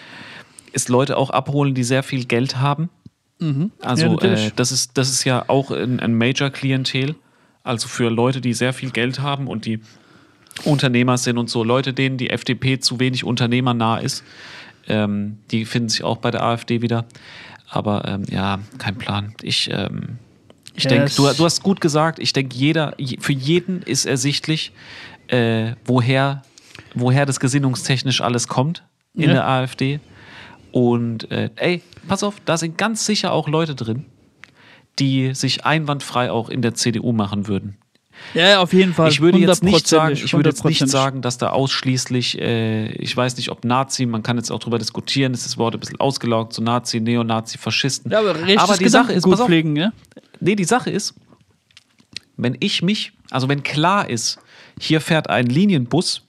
A: ist Leute auch abholen, die sehr viel Geld haben.
B: Mhm.
A: Also
B: ja,
A: äh, das ist, das ist ja auch ein, ein Major-Klientel. Also für Leute, die sehr viel Geld haben und die Unternehmer sind und so, Leute, denen die F D P zu wenig unternehmernah ist, ähm, die finden sich auch bei der AfD wieder. Aber ähm, ja, kein Plan. Ich, ähm, ich yes. denke, du, du hast gut gesagt, ich denke, jeder, für jeden ist ersichtlich, äh, woher, woher das gesinnungstechnisch alles kommt in ja. der AfD. Und äh, ey, pass auf, da sind ganz sicher auch Leute drin, die sich einwandfrei auch in der C D U machen würden.
B: Ja, auf jeden Fall.
A: Ich würde jetzt nicht sagen, ich würde jetzt nicht sagen, dass da ausschließlich, äh, ich weiß nicht, ob Nazi, man kann jetzt auch drüber diskutieren, ist das Wort ein bisschen ausgelaugt, so Nazi, Neonazi, Faschisten.
B: Ja, aber, aber die Sache ist, pass auf, pflegen, ja?
A: Nee, die Sache ist, wenn ich mich, also wenn klar ist, hier fährt ein Linienbus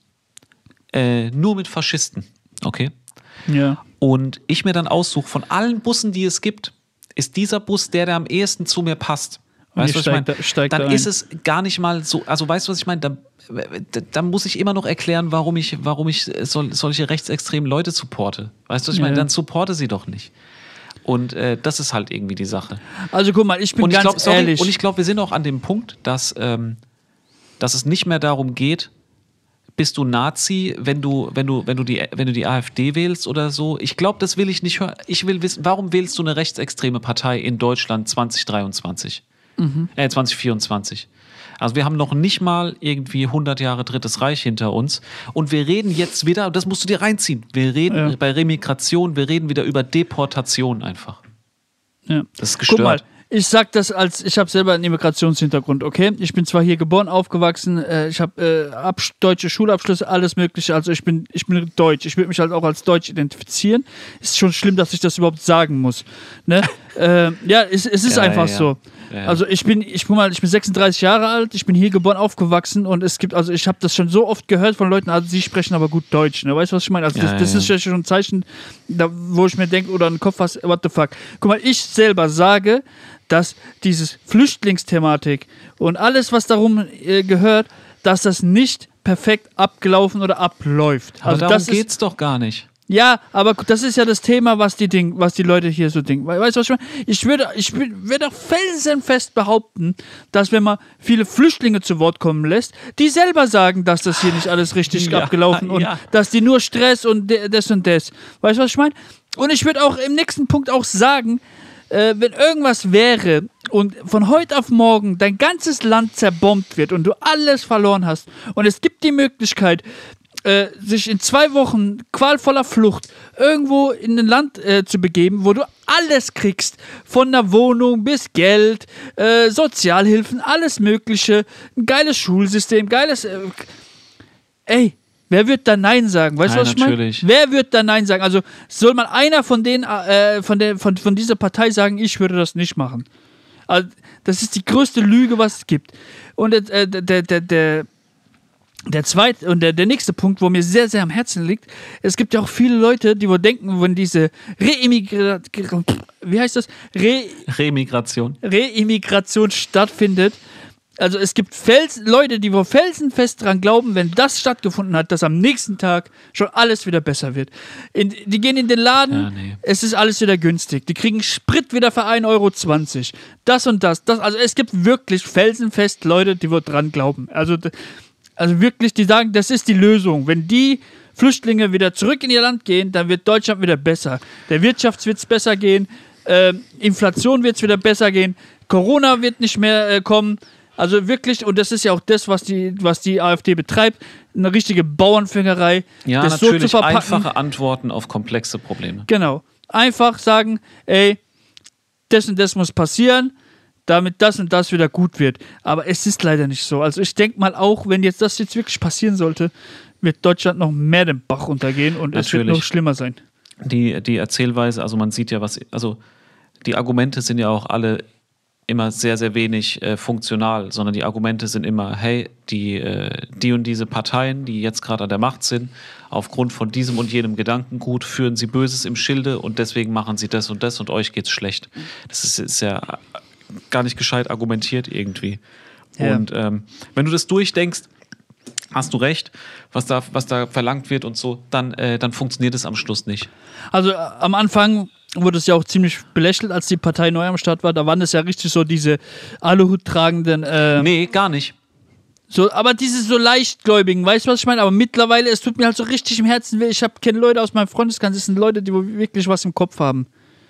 A: äh, nur mit Faschisten, okay?
B: Ja.
A: Und ich mir dann aussuche, von allen Bussen, die es gibt, ist dieser Bus der, der am ehesten zu mir passt. Weißt du, was ich meine?
B: Da,
A: dann
B: da
A: ist es gar nicht mal so, also weißt du, was ich meine? Dann, dann muss ich immer noch erklären, warum ich, warum ich sol, solche rechtsextremen Leute supporte. Weißt du, was ich meine? Ja. Dann supporte sie doch nicht. Und äh, das ist halt irgendwie die Sache.
B: Also guck mal, ich bin
A: und ich
B: ganz
A: glaub, sorry,
B: ehrlich.
A: Und ich glaube, wir sind auch an dem Punkt, dass, ähm, dass es nicht mehr darum geht, bist du Nazi, wenn du, wenn du, wenn du die, wenn du die AfD wählst oder so. Ich glaube, das will ich nicht hören. Ich will wissen, warum wählst du eine rechtsextreme Partei in Deutschland zwanzig dreiundzwanzig? Mhm. Äh, zwanzig vierundzwanzig. Also wir haben noch nicht mal irgendwie hundert Jahre Drittes Reich hinter uns. Und wir reden jetzt wieder, das musst du dir reinziehen, wir reden ja. bei Remigration, wir reden wieder über Deportation einfach.
B: Ja.
A: Das ist gestört.
B: Guck mal, ich sag das als, ich habe selber einen Immigrationshintergrund, okay? Ich bin zwar hier geboren, aufgewachsen, äh, ich habe äh, deutsche Schulabschlüsse, alles mögliche, also ich bin, ich bin deutsch, ich würde mich halt auch als deutsch identifizieren. Ist schon schlimm, dass ich das überhaupt sagen muss. Ne? äh, ja, es, es ist ja, einfach ja, ja. so. Ja. Also ich bin, ich guck mal, ich bin sechsunddreißig Jahre alt, ich bin hier geboren, aufgewachsen und es gibt, also ich habe das schon so oft gehört von Leuten, also sie sprechen aber gut Deutsch, ne? Weißt du, was ich meine? Also das, ja, das ja. ist ja schon ein Zeichen, da, wo ich mir denke, oder einen Kopf was, what the fuck. Guck mal, ich selber sage, dass dieses Flüchtlingsthematik und alles, was darum äh, gehört, dass das nicht perfekt abgelaufen oder abläuft.
A: Aber
B: also
A: darum
B: das
A: geht's ist, doch gar nicht.
B: Ja, aber das ist ja das Thema, was die Ding, was die Leute hier so denken. Weißt du, was ich meine? Ich würde, ich würde auch felsenfest behaupten, dass wenn man viele Flüchtlinge zu Wort kommen lässt, die selber sagen, dass das hier nicht alles richtig ja, abgelaufen und ja. dass die nur Stress und das und das. Weißt du, was ich meine? Und ich würde auch im nächsten Punkt auch sagen, äh, wenn irgendwas wäre und von heute auf morgen dein ganzes Land zerbombt wird und du alles verloren hast und es gibt die Möglichkeit, Äh, sich in zwei Wochen qualvoller Flucht irgendwo in ein Land äh, zu begeben, wo du alles kriegst, von der Wohnung bis Geld, äh, Sozialhilfen, alles Mögliche, ein geiles Schulsystem, geiles... Äh, ey, wer wird da Nein sagen? Weißt du, was ich meine? Wer wird da Nein sagen? Also soll mal einer von denen, äh, von, der, von, von dieser Partei sagen, ich würde das nicht machen. Also, das ist die größte Lüge, was es gibt. Und äh, der, der, der, der Der zweite und der, der nächste Punkt, wo mir sehr, sehr am Herzen liegt, es gibt ja auch viele Leute, die wohl denken, wenn diese Reimmigration, wie heißt das? Re
A: Remigration.
B: Reimmigration stattfindet. Also es gibt Fels Leute, die wohl felsenfest dran glauben, wenn das stattgefunden hat, dass am nächsten Tag schon alles wieder besser wird. In, die gehen in den Laden, ja, nee. Es ist alles wieder günstig. Die kriegen Sprit wieder für ein Euro zwanzig. Das und das, das. Also es gibt wirklich felsenfest Leute, die wohl dran glauben. Also Also wirklich, die sagen, das ist die Lösung. Wenn die Flüchtlinge wieder zurück in ihr Land gehen, dann wird Deutschland wieder besser. Der Wirtschaft wird es besser gehen, äh, Inflation wird es wieder besser gehen, Corona wird nicht mehr äh, kommen. Also wirklich, und das ist ja auch das, was die, was die AfD betreibt, eine richtige Bauernfängerei.
A: Ja,
B: das
A: natürlich,
B: so zu
A: einfache Antworten auf komplexe Probleme.
B: Genau. Einfach sagen, ey, das und das muss passieren, damit das und das wieder gut wird. Aber es ist leider nicht so. Also ich denke mal auch, wenn jetzt das jetzt wirklich passieren sollte, wird Deutschland noch mehr den Bach runtergehen und Natürlich. Es wird noch schlimmer sein.
A: Die, die Erzählweise, also man sieht ja was, also die Argumente sind ja auch alle immer sehr, sehr wenig äh, funktional, sondern die Argumente sind immer, hey, die, äh, die und diese Parteien, die jetzt gerade an der Macht sind, aufgrund von diesem und jenem Gedankengut führen sie Böses im Schilde und deswegen machen sie das und das und euch geht's schlecht. Das ist, ist ja gar nicht gescheit argumentiert irgendwie. Ja. Und ähm, wenn du das durchdenkst, hast du recht, was da, was da verlangt wird und so, dann, äh, dann funktioniert es am Schluss nicht.
B: Also äh, am Anfang wurde es ja auch ziemlich belächelt, als die Partei neu am Start war. Da waren es ja richtig so diese Aluhut tragenden. Äh,
A: nee, gar nicht.
B: So, aber diese so leichtgläubigen, weißt du, was ich meine? Aber mittlerweile, es tut mir halt so richtig im Herzen weh. Ich habe kenne Leute aus meinem Freundeskreis, das sind Leute, die wirklich was im Kopf haben.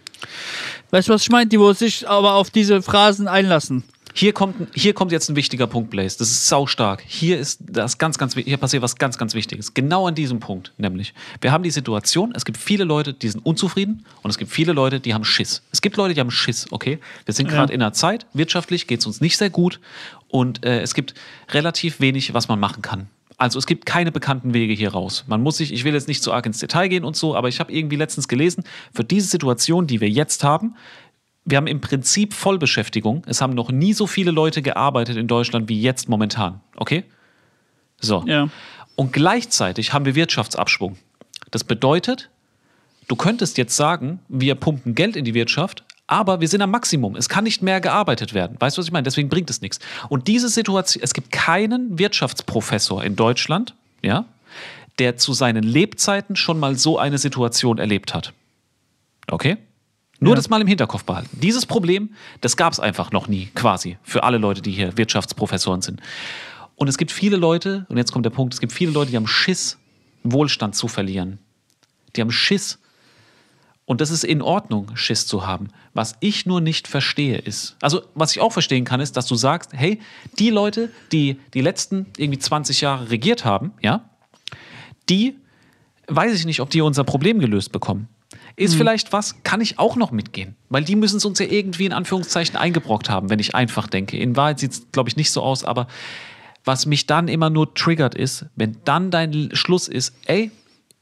B: Weißt du, was ich meine? Die wo sich aber auf diese Phrasen einlassen.
A: Hier kommt, hier kommt jetzt ein wichtiger Punkt, Blaze. Das ist saustark. Hier ist das ganz, ganz, hier passiert was ganz, ganz Wichtiges. Genau an diesem Punkt, nämlich. Wir haben die Situation, es gibt viele Leute, die sind unzufrieden und es gibt viele Leute, die haben Schiss. Es gibt Leute, die haben Schiss, okay? Wir sind gerade ja. in einer Zeit, wirtschaftlich geht es uns nicht sehr gut und äh, es gibt relativ wenig, was man machen kann. Also es gibt keine bekannten Wege hier raus. Man muss sich, ich will jetzt nicht zu arg ins Detail gehen und so, aber ich habe irgendwie letztens gelesen, für diese Situation, die wir jetzt haben, wir haben im Prinzip Vollbeschäftigung. Es haben noch nie so viele Leute gearbeitet in Deutschland wie jetzt momentan. Okay? So.
B: Ja.
A: Und gleichzeitig haben wir Wirtschaftsabschwung. Das bedeutet, du könntest jetzt sagen, wir pumpen Geld in die Wirtschaft, aber wir sind am Maximum. Es kann nicht mehr gearbeitet werden. Weißt du, was ich meine? Deswegen bringt es nichts. Und diese Situation, es gibt keinen Wirtschaftsprofessor in Deutschland, ja, der zu seinen Lebzeiten schon mal so eine Situation erlebt hat. Okay? Nur ja. das mal im Hinterkopf behalten. Dieses Problem, das gab es einfach noch nie, quasi, für alle Leute, die hier Wirtschaftsprofessoren sind. Und es gibt viele Leute, und jetzt kommt der Punkt, es gibt viele Leute, die haben Schiss, Wohlstand zu verlieren. Die haben Schiss. Und das ist in Ordnung, Schiss zu haben. Was ich nur nicht verstehe ist, also was ich auch verstehen kann, ist, dass du sagst, hey, die Leute, die die letzten irgendwie zwanzig Jahre regiert haben, ja, die, weiß ich nicht, ob die unser Problem gelöst bekommen. Ist mhm. vielleicht was, kann ich auch noch mitgehen. Weil die müssen es uns ja irgendwie in Anführungszeichen eingebrockt haben, wenn ich einfach denke. In Wahrheit sieht es, glaube ich, nicht so aus, aber was mich dann immer nur triggert ist, wenn dann dein Schluss ist, ey,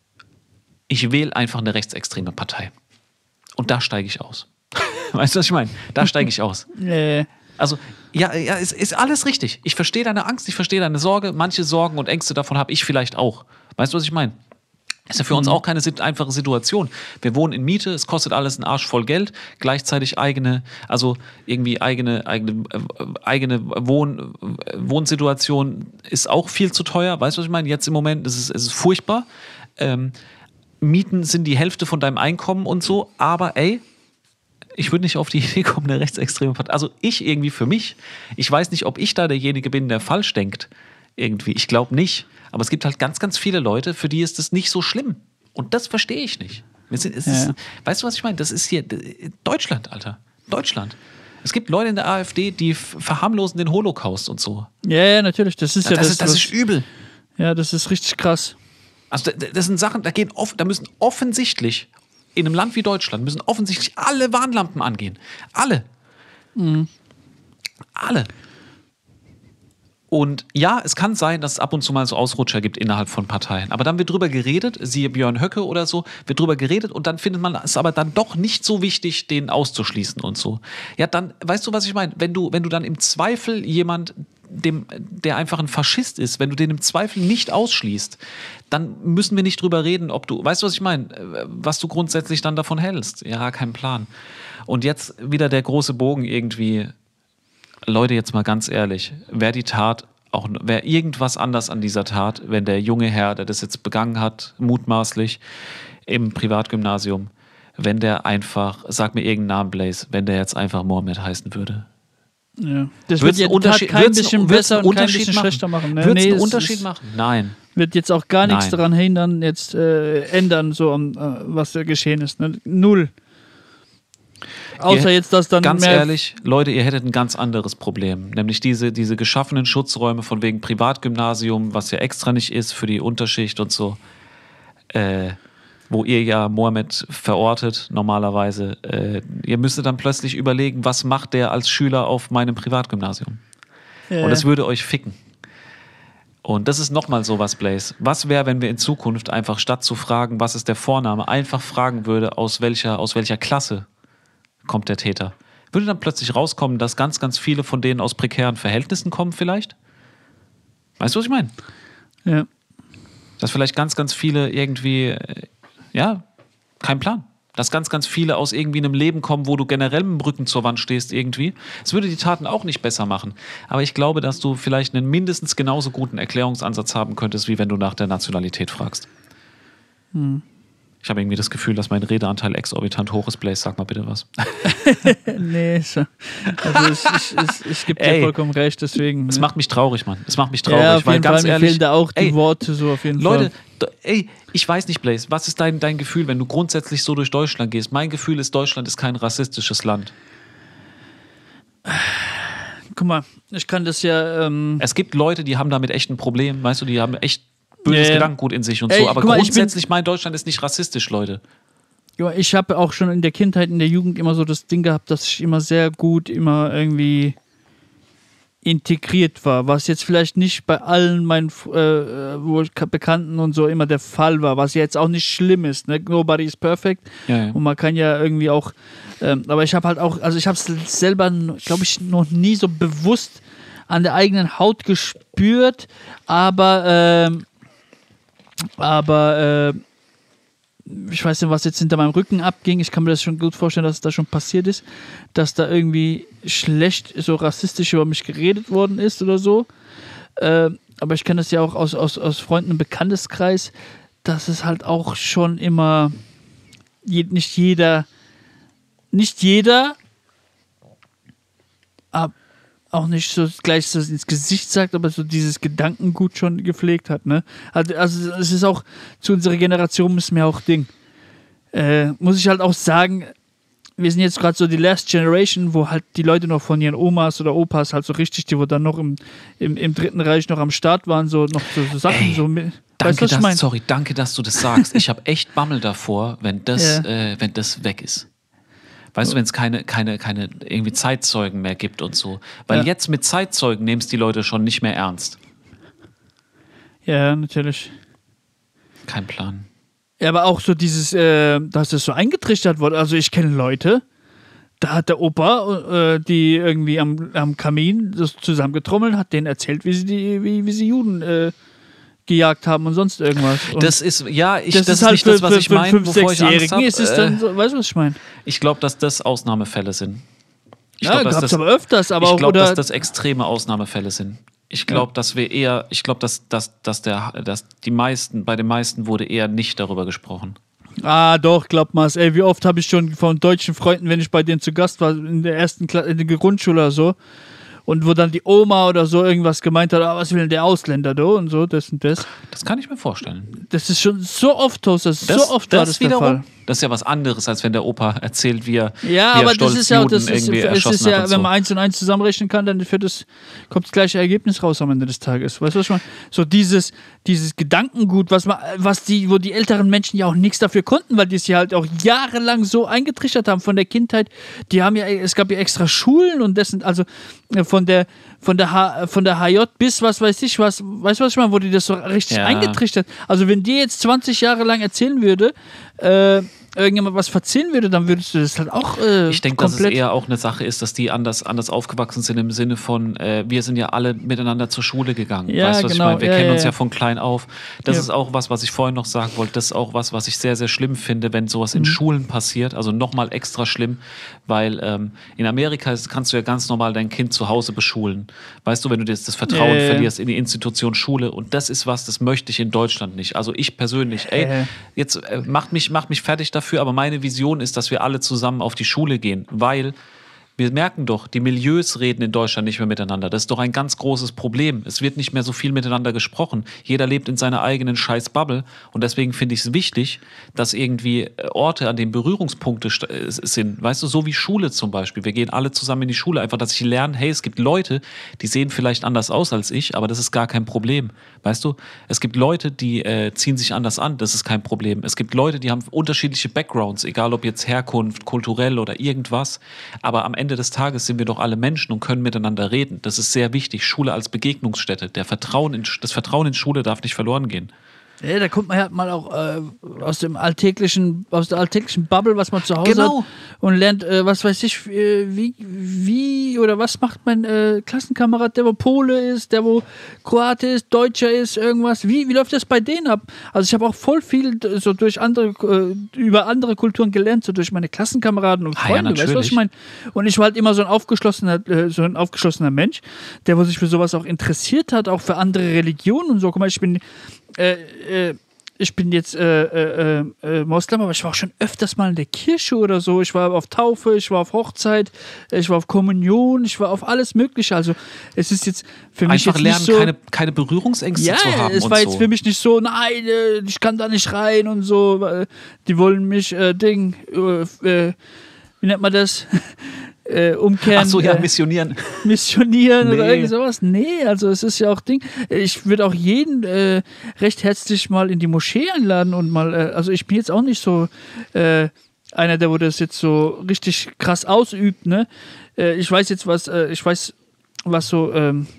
A: ich wähle einfach eine rechtsextreme Partei. Und da steige ich aus. Weißt du, was ich meine? Da steige ich aus.
B: Nee.
A: Also, ja, ja, es ist alles richtig. Ich verstehe deine Angst, ich verstehe deine Sorge. Manche Sorgen und Ängste davon habe ich vielleicht auch. Weißt du, was ich meine? Ist ja für uns auch keine einfache Situation. Wir wohnen in Miete, es kostet alles einen Arsch voll Geld, gleichzeitig eigene, also irgendwie eigene, eigene, äh, eigene Wohn, Wohnsituation ist auch viel zu teuer. Weißt du, was ich meine? Jetzt im Moment ist es, es ist furchtbar. Ähm, Mieten sind die Hälfte von deinem Einkommen und so, aber ey, ich würde nicht auf die Idee kommen, eine rechtsextreme Partei. Also ich irgendwie für mich, ich weiß nicht, ob ich da derjenige bin, der falsch denkt. Irgendwie. Ich glaube nicht. Aber es gibt halt ganz, ganz viele Leute, für die ist das nicht so schlimm. Und das verstehe ich nicht. Wir sind, es
B: ja.
A: ist, weißt du, was ich meine? Das ist hier Deutschland, Alter. Deutschland. Es gibt Leute in der AfD, die verharmlosen den Holocaust und so.
B: Ja, ja, natürlich. Das ist ja
A: das,
B: das,
A: ist, das ist übel.
B: Ja, das ist richtig krass.
A: Also das sind Sachen, da gehen off, da müssen offensichtlich in einem Land wie Deutschland müssen offensichtlich alle Warnlampen angehen. Alle.
B: Mhm.
A: Alle. Und ja, es kann sein, dass es ab und zu mal so Ausrutscher gibt innerhalb von Parteien. Aber dann wird drüber geredet, siehe Björn Höcke oder so, wird drüber geredet und dann findet man es aber dann doch nicht so wichtig, den auszuschließen und so. Ja, dann, weißt du, was ich meine? Wenn du, wenn du dann im Zweifel jemand, dem, der einfach ein Faschist ist, wenn du den im Zweifel nicht ausschließt, dann müssen wir nicht drüber reden, ob du, weißt du, was ich meine? Was du grundsätzlich dann davon hältst. Ja, kein Plan. Und jetzt wieder der große Bogen irgendwie. Leute, jetzt mal ganz ehrlich, wäre die Tat auch, wäre irgendwas anders an dieser Tat, wenn der junge Herr, der das jetzt begangen hat, mutmaßlich im Privatgymnasium, wenn der einfach, sag mir irgendeinen Namen, Blaze, wenn der jetzt einfach Mohammed heißen würde.
B: Ja. Das wird jetzt Unterschied, kein bisschen besser und kein bisschen
A: machen?
B: schlechter machen. Ne?
A: Wird es
B: nee,
A: einen Unterschied machen? Nein.
B: Wird jetzt auch gar nichts
A: Nein.
B: daran hindern, jetzt äh, ändern, so äh, was da geschehen ist. Ne? Null. Außer
A: ihr,
B: jetzt, dass dann
A: ganz
B: mehr
A: ehrlich, Leute, ihr hättet ein ganz anderes Problem. Nämlich diese, diese geschaffenen Schutzräume von wegen Privatgymnasium, was ja extra nicht ist für die Unterschicht und so. Äh, wo ihr ja Mohammed verortet normalerweise, äh, ihr müsstet dann plötzlich überlegen, was macht der als Schüler auf meinem Privatgymnasium?
B: Ja.
A: Und das würde euch ficken. Und das ist nochmal sowas, Blaze. Was wäre, wenn wir in Zukunft einfach statt zu fragen, was ist der Vorname, einfach fragen würde, aus welcher, aus welcher Klasse kommt der Täter? Würde dann plötzlich rauskommen, dass ganz, ganz viele von denen aus prekären Verhältnissen kommen vielleicht? Weißt du, was ich meine?
B: Ja.
A: Dass vielleicht ganz, ganz viele irgendwie, äh, ja, kein Plan. Dass ganz, ganz viele aus irgendwie einem Leben kommen, wo du generell mit dem Rücken zur Wand stehst irgendwie. Es würde die Taten auch nicht besser machen. Aber ich glaube, dass du vielleicht einen mindestens genauso guten Erklärungsansatz haben könntest, wie wenn du nach der Nationalität fragst.
B: Hm.
A: Ich habe irgendwie das Gefühl, dass mein Redeanteil exorbitant hoch ist. Blaze, sag mal bitte was.
B: Nee, so. Also ich, ich, ich, ich gebe dir
A: Ey,
B: vollkommen recht, deswegen.
A: Es
B: ne?
A: macht mich traurig, Mann. Es macht mich traurig,
B: Ja, auf
A: weil
B: jeden
A: ganz
B: Fall, mir
A: ehrlich,
B: fehlen da auch die
A: ey,
B: Worte so auf jeden
A: Leute,
B: Fall.
A: d- ey, ich weiß nicht, Blaze, was ist dein, dein Gefühl, wenn du grundsätzlich so durch Deutschland gehst? Mein Gefühl ist, Deutschland ist kein rassistisches Land.
B: Guck mal, ich kann das ja. Ähm,
A: Es gibt Leute, die haben damit echt ein Problem, weißt du, die haben echt böses
B: Ja, ja.
A: Gedankengut in sich und
B: Ey,
A: so. Aber
B: guck mal, ich bin-
A: grundsätzlich, mein Deutschland ist nicht rassistisch, Leute.
B: ja, ich habe auch schon in der Kindheit, in der Jugend immer so das Ding gehabt, dass ich immer sehr gut immer irgendwie integriert war, was jetzt vielleicht nicht bei allen meinen äh, wo ich Bekannten und so immer der Fall war, was jetzt auch nicht schlimm ist. Ne? Nobody is perfect.
A: Ja, ja.
B: Und man kann ja irgendwie auch, ähm, aber ich habe halt auch, also ich habe es selber, glaube ich, noch nie so bewusst an der eigenen Haut gespürt, aber, ähm, aber, äh, ich weiß nicht, was jetzt hinter meinem Rücken abging. Ich kann mir das schon gut vorstellen, dass es da schon passiert ist, dass da irgendwie schlecht, so rassistisch über mich geredet worden ist oder so. Äh, aber ich kenne das ja auch aus, aus, aus Freunden im Bekannteskreis, dass es halt auch schon immer je, nicht jeder, nicht jeder, ab, auch nicht so gleich so ins Gesicht sagt, aber so dieses Gedankengut schon gepflegt hat. Ne? Also, also es ist auch, zu unserer Generation ist mir auch Ding. Äh, muss ich halt auch sagen, wir sind jetzt gerade so die Last Generation, wo halt die Leute noch von ihren Omas oder Opas halt so richtig, die wo dann noch im, im, im Dritten Reich noch am Start waren, so noch so, so Sachen
A: Ey,
B: so mit.
A: Danke,
B: Weißt du, was ich
A: dass,
B: mein?
A: sorry, danke, dass du das sagst. Ich habe echt Bammel davor, wenn das,
B: Ja.
A: äh, wenn das weg ist. Weißt du, wenn es keine, keine, keine irgendwie Zeitzeugen mehr gibt und so. Weil
B: Ja.
A: jetzt mit Zeitzeugen nehmen es die Leute schon nicht mehr ernst.
B: Ja, natürlich.
A: Kein Plan.
B: Ja, aber auch so dieses, äh, dass das so eingetrichtert wurde. Also ich kenne Leute, da hat der Opa, äh, die irgendwie am, am Kamin das zusammengetrommelt hat, denen erzählt, wie sie die, wie, wie sie Juden äh, gejagt haben und sonst irgendwas. Und
A: Das ist, ja, ich,
B: das,
A: das,
B: ist
A: ist
B: halt
A: nicht
B: für,
A: das, was
B: für,
A: ich
B: für
A: meine,
B: fünf,
A: wovor ich Angst
B: sechsjährigen
A: habe.
B: ist es dann so, weißt du, was ich meine?
A: Ich glaube, dass das Ausnahmefälle sind. Ich
B: Ja,
A: glaube, dass
B: gab's
A: das,
B: aber öfters, aber
A: ich
B: auch,
A: glaube,
B: oder,
A: dass das extreme Ausnahmefälle sind. Ich glaube, dass wir eher, ich glaube, dass, dass, dass, der, dass die meisten, bei den meisten wurde eher nicht darüber gesprochen.
B: ah, doch, glaub mal, ey, wie oft habe ich schon von deutschen Freunden, wenn ich bei denen zu Gast war, in der ersten Klasse, in der Grundschule oder so, und wo dann die Oma oder so irgendwas gemeint hat, ah, was will denn der Ausländer da und so, das und das.
A: Das kann ich mir vorstellen.
B: Das ist schon so oft, Toaster,
A: Das,
B: so oft war das der
A: wiederum,
B: Fall.
A: das ist ja was anderes, als wenn der Opa erzählt, wie er,
B: Ja,
A: wie er
B: aber
A: stolz
B: das ist ja,
A: Juden
B: das ist,
A: irgendwie
B: es
A: erschossen
B: ist ja,
A: hat und
B: wenn
A: so.
B: man eins und eins zusammenrechnen kann, dann für das kommt das gleiche Ergebnis raus am Ende des Tages. Weißt du, was ich meine? So dieses, dieses Gedankengut, was man, was die, wo die älteren Menschen ja auch nichts dafür konnten, weil die es ja halt auch jahrelang so eingetrichtert haben von der Kindheit. Die haben ja, es gab ja extra Schulen und das sind also äh, von der von der H, von der H J bis was weiß ich was, weißt du, was ich meine, wo die das so richtig
A: Ja.
B: eingetrichtert. Also wenn dir jetzt zwanzig Jahre lang erzählen würde, äh, irgendjemand was verzählen würde, dann würdest du das halt auch äh,
A: Ich denke, dass es
B: komplett...
A: eher auch eine Sache ist, dass die anders, anders aufgewachsen sind im Sinne von, äh, wir sind ja alle miteinander zur Schule gegangen.
B: Ja,
A: weißt du, was
B: genau.
A: ich meine? Wir
B: Ja,
A: kennen
B: ja,
A: uns ja
B: ja.
A: von klein auf. Das
B: Ja.
A: ist auch was, was ich vorhin noch sagen wollte. Das ist auch was, was ich sehr, sehr schlimm finde, wenn sowas
B: Mhm.
A: in Schulen passiert. Also nochmal extra schlimm, weil ähm, in Amerika ist, kannst du ja ganz normal dein Kind zu Hause beschulen. Weißt du, wenn du das, das Vertrauen
B: Ja, ja, ja.
A: verlierst in die Institution Schule. Und das ist was, das möchte ich in Deutschland nicht. Also ich persönlich, ey,
B: Äh.
A: jetzt äh, macht mich, macht mich fertig dafür, aber meine Vision ist, dass wir alle zusammen auf die Schule gehen, weil Wir merken doch, die Milieus reden in Deutschland nicht mehr miteinander. Das ist doch ein ganz großes Problem. Es wird nicht mehr so viel miteinander gesprochen. Jeder lebt in seiner eigenen Scheiß-Bubble. Und deswegen finde ich es wichtig, dass irgendwie Orte, an denen Berührungspunkte sind. Weißt du, so wie Schule zum Beispiel. Wir gehen alle zusammen in die Schule. Einfach, dass ich lerne, hey, es gibt Leute, die sehen vielleicht anders aus als ich, aber das ist gar kein Problem. Weißt du, es gibt Leute, die äh, ziehen sich anders an. Das ist kein Problem. Es gibt Leute, die haben unterschiedliche Backgrounds, egal ob jetzt Herkunft, kulturell oder irgendwas. Aber am Ende des Tages sind wir doch alle Menschen und können miteinander reden. Das ist sehr wichtig. Schule als Begegnungsstätte. Der Vertrauen in, das Vertrauen in Schule darf nicht verloren gehen.
B: Ja, da kommt man ja mal auch äh, aus dem alltäglichen, aus der alltäglichen Bubble, was man zu Hause
A: genau.
B: hat und lernt, äh, was weiß ich, äh, wie, wie oder was macht mein äh, Klassenkamerad, der wo Pole ist, der wo Kroate ist, Deutscher ist, irgendwas. Wie, wie läuft das bei denen ab? Also ich habe auch voll viel so durch andere, äh, über andere Kulturen gelernt, so durch meine Klassenkameraden und Freunde.
A: Ah, ja,
B: weißt du, was ich meine? Und ich war halt immer so ein aufgeschlossener, äh, so ein aufgeschlossener Mensch, der wo sich für sowas auch interessiert hat, auch für andere Religionen und so. Guck mal, ich bin Äh, äh, ich bin jetzt äh, äh, äh, Moslem, aber ich war auch schon öfters mal in der Kirche oder so. Ich war auf Taufe, ich war auf Hochzeit, ich war auf Kommunion, ich war auf alles Mögliche. Also es ist jetzt für mich
A: einfach
B: jetzt
A: lernen,
B: nicht so,
A: keine, keine Berührungsängste
B: ja,
A: zu haben.
B: es
A: und
B: war
A: so.
B: jetzt für mich nicht so, nein, äh, ich kann da nicht rein und so. Äh, die wollen mich, äh, Ding, äh, äh, wie nennt man das? Äh, umkehren.
A: Ach so, ja,
B: äh,
A: missionieren.
B: Missionieren
A: Nee.
B: oder irgendwie sowas. Nee, also es ist ja auch Ding. Ich würde auch jeden äh, recht herzlich mal in die Moschee einladen und mal, äh, also ich bin jetzt auch nicht so äh, einer, der wo das jetzt so richtig krass ausübt, ne? Äh, ich weiß jetzt was, äh, ich weiß, was so, ähm,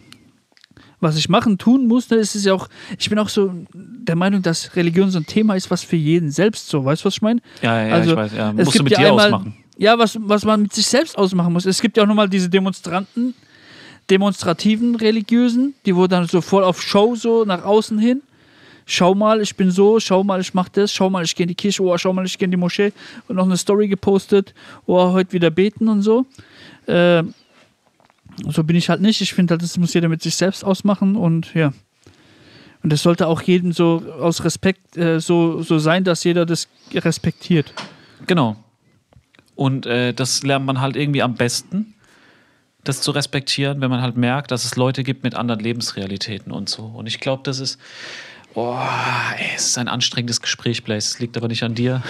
B: was ich machen, tun muss, ne? Es ist ja auch, ich bin auch so der Meinung, dass Religion so ein Thema ist, was für jeden selbst so, weißt du, was ich meine?
A: Ja, ja,
B: Also,
A: ich weiß. Ja.
B: es
A: Musst du
B: gibt
A: mit
B: ja
A: dir
B: einmal,
A: ausmachen.
B: Ja, was, was man mit sich selbst ausmachen muss. Es gibt ja auch nochmal diese Demonstranten, demonstrativen Religiösen, die wo dann so voll auf Show so nach außen hin. Schau mal, ich bin so, schau mal, ich mach das, schau mal, ich gehe in die Kirche, oh, schau mal, ich gehe in die Moschee und noch eine Story gepostet, oh, heute wieder beten und so. Äh, so bin ich halt nicht. Ich finde halt, das muss jeder mit sich selbst ausmachen und ja. Und das sollte auch jedem so aus Respekt äh, so, so sein, dass jeder das respektiert.
A: Genau. Und äh, das lernt man halt irgendwie am besten, das zu respektieren, wenn man halt merkt, dass es Leute gibt mit anderen Lebensrealitäten und so. Und ich glaube, das ist, oh, ey, es ist ein anstrengendes Gespräch, Blaze. Es liegt aber nicht an dir.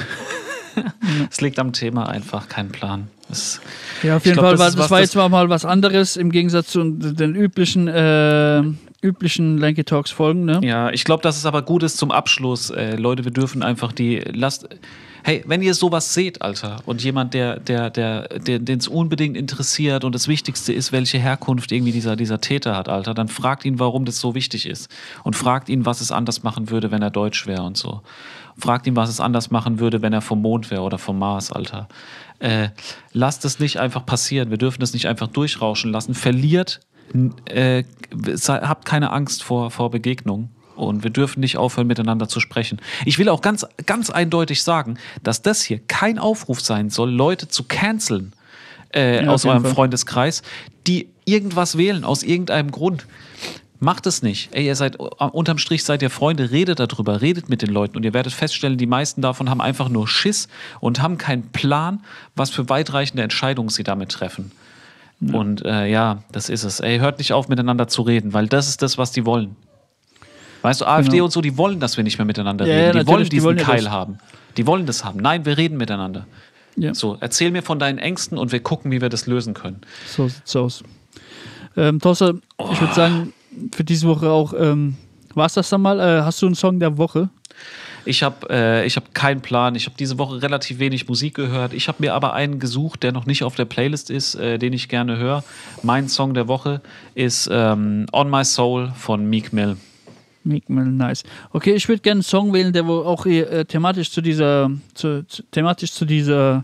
A: Es liegt am Thema einfach, kein Plan. Das,
B: ja, auf jeden
A: glaub,
B: Fall,
A: das
B: war,
A: ist
B: das
A: was,
B: war
A: das-
B: jetzt mal, mal was anderes im Gegensatz zu den üblichen, äh, üblichen Lanky Talks Folgen, ne?
A: Ja, ich glaube, dass es aber gut ist zum Abschluss. Äh, Leute, wir dürfen einfach die, lasst, hey, wenn ihr sowas seht, Alter, und jemand, der, der, der, der, den es unbedingt interessiert und das Wichtigste ist, welche Herkunft irgendwie dieser, dieser Täter hat, Alter, dann fragt ihn, warum das so wichtig ist. Und fragt ihn, was es anders machen würde, wenn er deutsch wäre und so. Fragt ihn, was es anders machen würde, wenn er vom Mond wäre oder vom Mars, Alter. Äh, lasst es nicht einfach passieren. Wir dürfen das nicht einfach durchrauschen lassen. Verliert, äh, sei, habt keine Angst vor, vor Begegnung. Und wir dürfen nicht aufhören, miteinander zu sprechen. Ich will auch ganz, ganz eindeutig sagen, dass das hier kein Aufruf sein soll, Leute zu canceln äh,
B: Ja,
A: aus
B: auf jeden
A: eurem
B: Fall.
A: Freundeskreis, die irgendwas wählen, aus irgendeinem Grund. Macht es nicht. Ey, ihr seid, unterm Strich seid ihr Freunde, redet darüber, redet mit den Leuten und ihr werdet feststellen, die meisten davon haben einfach nur Schiss und haben keinen Plan, was für weitreichende Entscheidungen sie damit treffen. Ja. Und äh, ja, das ist es. Ey, hört nicht auf, miteinander zu reden, weil das ist das, was die wollen. Weißt du, AfD
B: Genau.
A: und so, die wollen, dass wir nicht mehr miteinander
B: Ja,
A: reden.
B: ja,
A: die
B: natürlich,
A: wollen
B: die
A: diesen
B: wollen ja
A: Keil
B: das.
A: haben. Die wollen das haben. Nein, wir reden miteinander.
B: Ja.
A: So, erzähl mir von deinen Ängsten und wir gucken, wie wir das lösen können.
B: So sieht's aus. Ähm, Tossa, ich würde sagen, für diese Woche auch, ähm, war es das dann mal? Äh, hast du einen Song der Woche?
A: Ich habe äh, ich hab keinen Plan. Ich habe diese Woche relativ wenig Musik gehört. Ich habe mir aber einen gesucht, der noch nicht auf der Playlist ist, äh, den ich gerne höre. Mein Song der Woche ist ähm, On My Soul von Meek Mill.
B: Meek Mill, nice. Okay, ich würde gerne einen Song wählen, der wo auch äh, thematisch zu dieser, zu, zu, thematisch zu dieser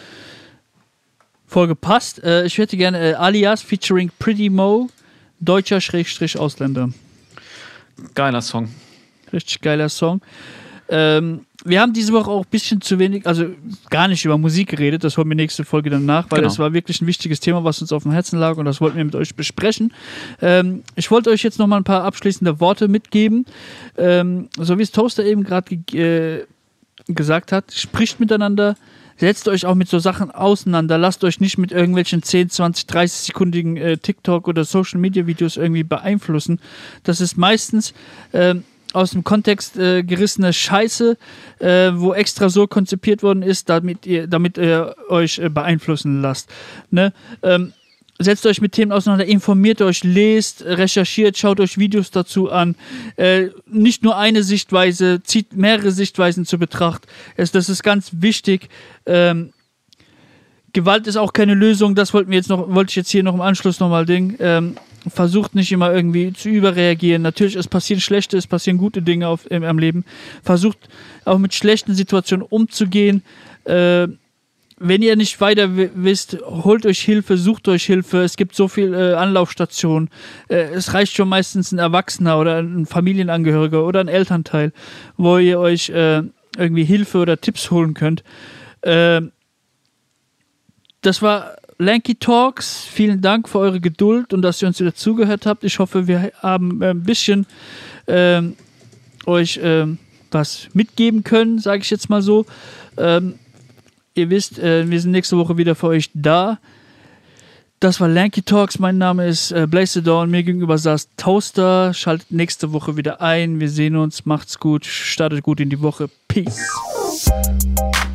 B: Folge passt. Äh, ich hätte gerne äh, Alias featuring Pretty Mo, Deutscher Schrägstrich Ausländer.
A: Geiler Song.
B: Richtig geiler Song. Ähm, wir haben diese Woche auch ein bisschen zu wenig, also gar nicht über Musik geredet, das holen wir nächste Folge dann nach, weil
A: Genau.
B: es war wirklich ein wichtiges Thema, was uns auf dem Herzen lag und das wollten wir mit euch besprechen. Ähm, ich wollte euch jetzt noch mal ein paar abschließende Worte mitgeben. Ähm, so wie es Toaster eben gerade ge- äh, gesagt hat. Spricht miteinander, setzt euch auch mit so Sachen auseinander, lasst euch nicht mit irgendwelchen zehn, zwanzig, dreißig sekundigen äh, TikTok oder Social Media Videos irgendwie beeinflussen. Das ist meistens äh, aus dem Kontext äh, gerissene Scheiße, äh, wo extra so konzipiert worden ist, damit ihr, damit ihr euch äh, beeinflussen lasst. Ne? Ähm, Setzt euch mit Themen auseinander, informiert euch, lest, recherchiert, schaut euch Videos dazu an. Äh, nicht nur eine Sichtweise, zieht mehrere Sichtweisen zu Betracht. Es, das ist ganz wichtig. Ähm, Gewalt ist auch keine Lösung. Das wollten wir jetzt noch, wollte ich jetzt hier noch im Anschluss nochmal Ding. Ähm, versucht nicht immer irgendwie zu überreagieren. Natürlich, es passieren schlechte, es passieren gute Dinge auf, im, im Leben. Versucht auch mit schlechten Situationen umzugehen. Äh, Wenn ihr nicht weiter wisst, holt euch Hilfe, sucht euch Hilfe. Es gibt so viele äh, Anlaufstationen. Äh, es reicht schon meistens ein Erwachsener oder ein Familienangehöriger oder ein Elternteil, wo ihr euch äh, irgendwie Hilfe oder Tipps holen könnt. Äh, das war Lanky Talks. Vielen Dank für eure Geduld und dass ihr uns wieder zugehört habt. Ich hoffe, wir haben ein bisschen äh, euch äh, was mitgeben können, sage ich jetzt mal so. Ähm, Ihr wisst, äh, wir sind nächste Woche wieder für euch da. Das war Lanky Talks. Mein Name ist äh, Blaze the Dawn. Mir gegenüber saß Toaster. Schaltet nächste Woche wieder ein. Wir sehen uns. Macht's gut. Startet gut in die Woche. Peace.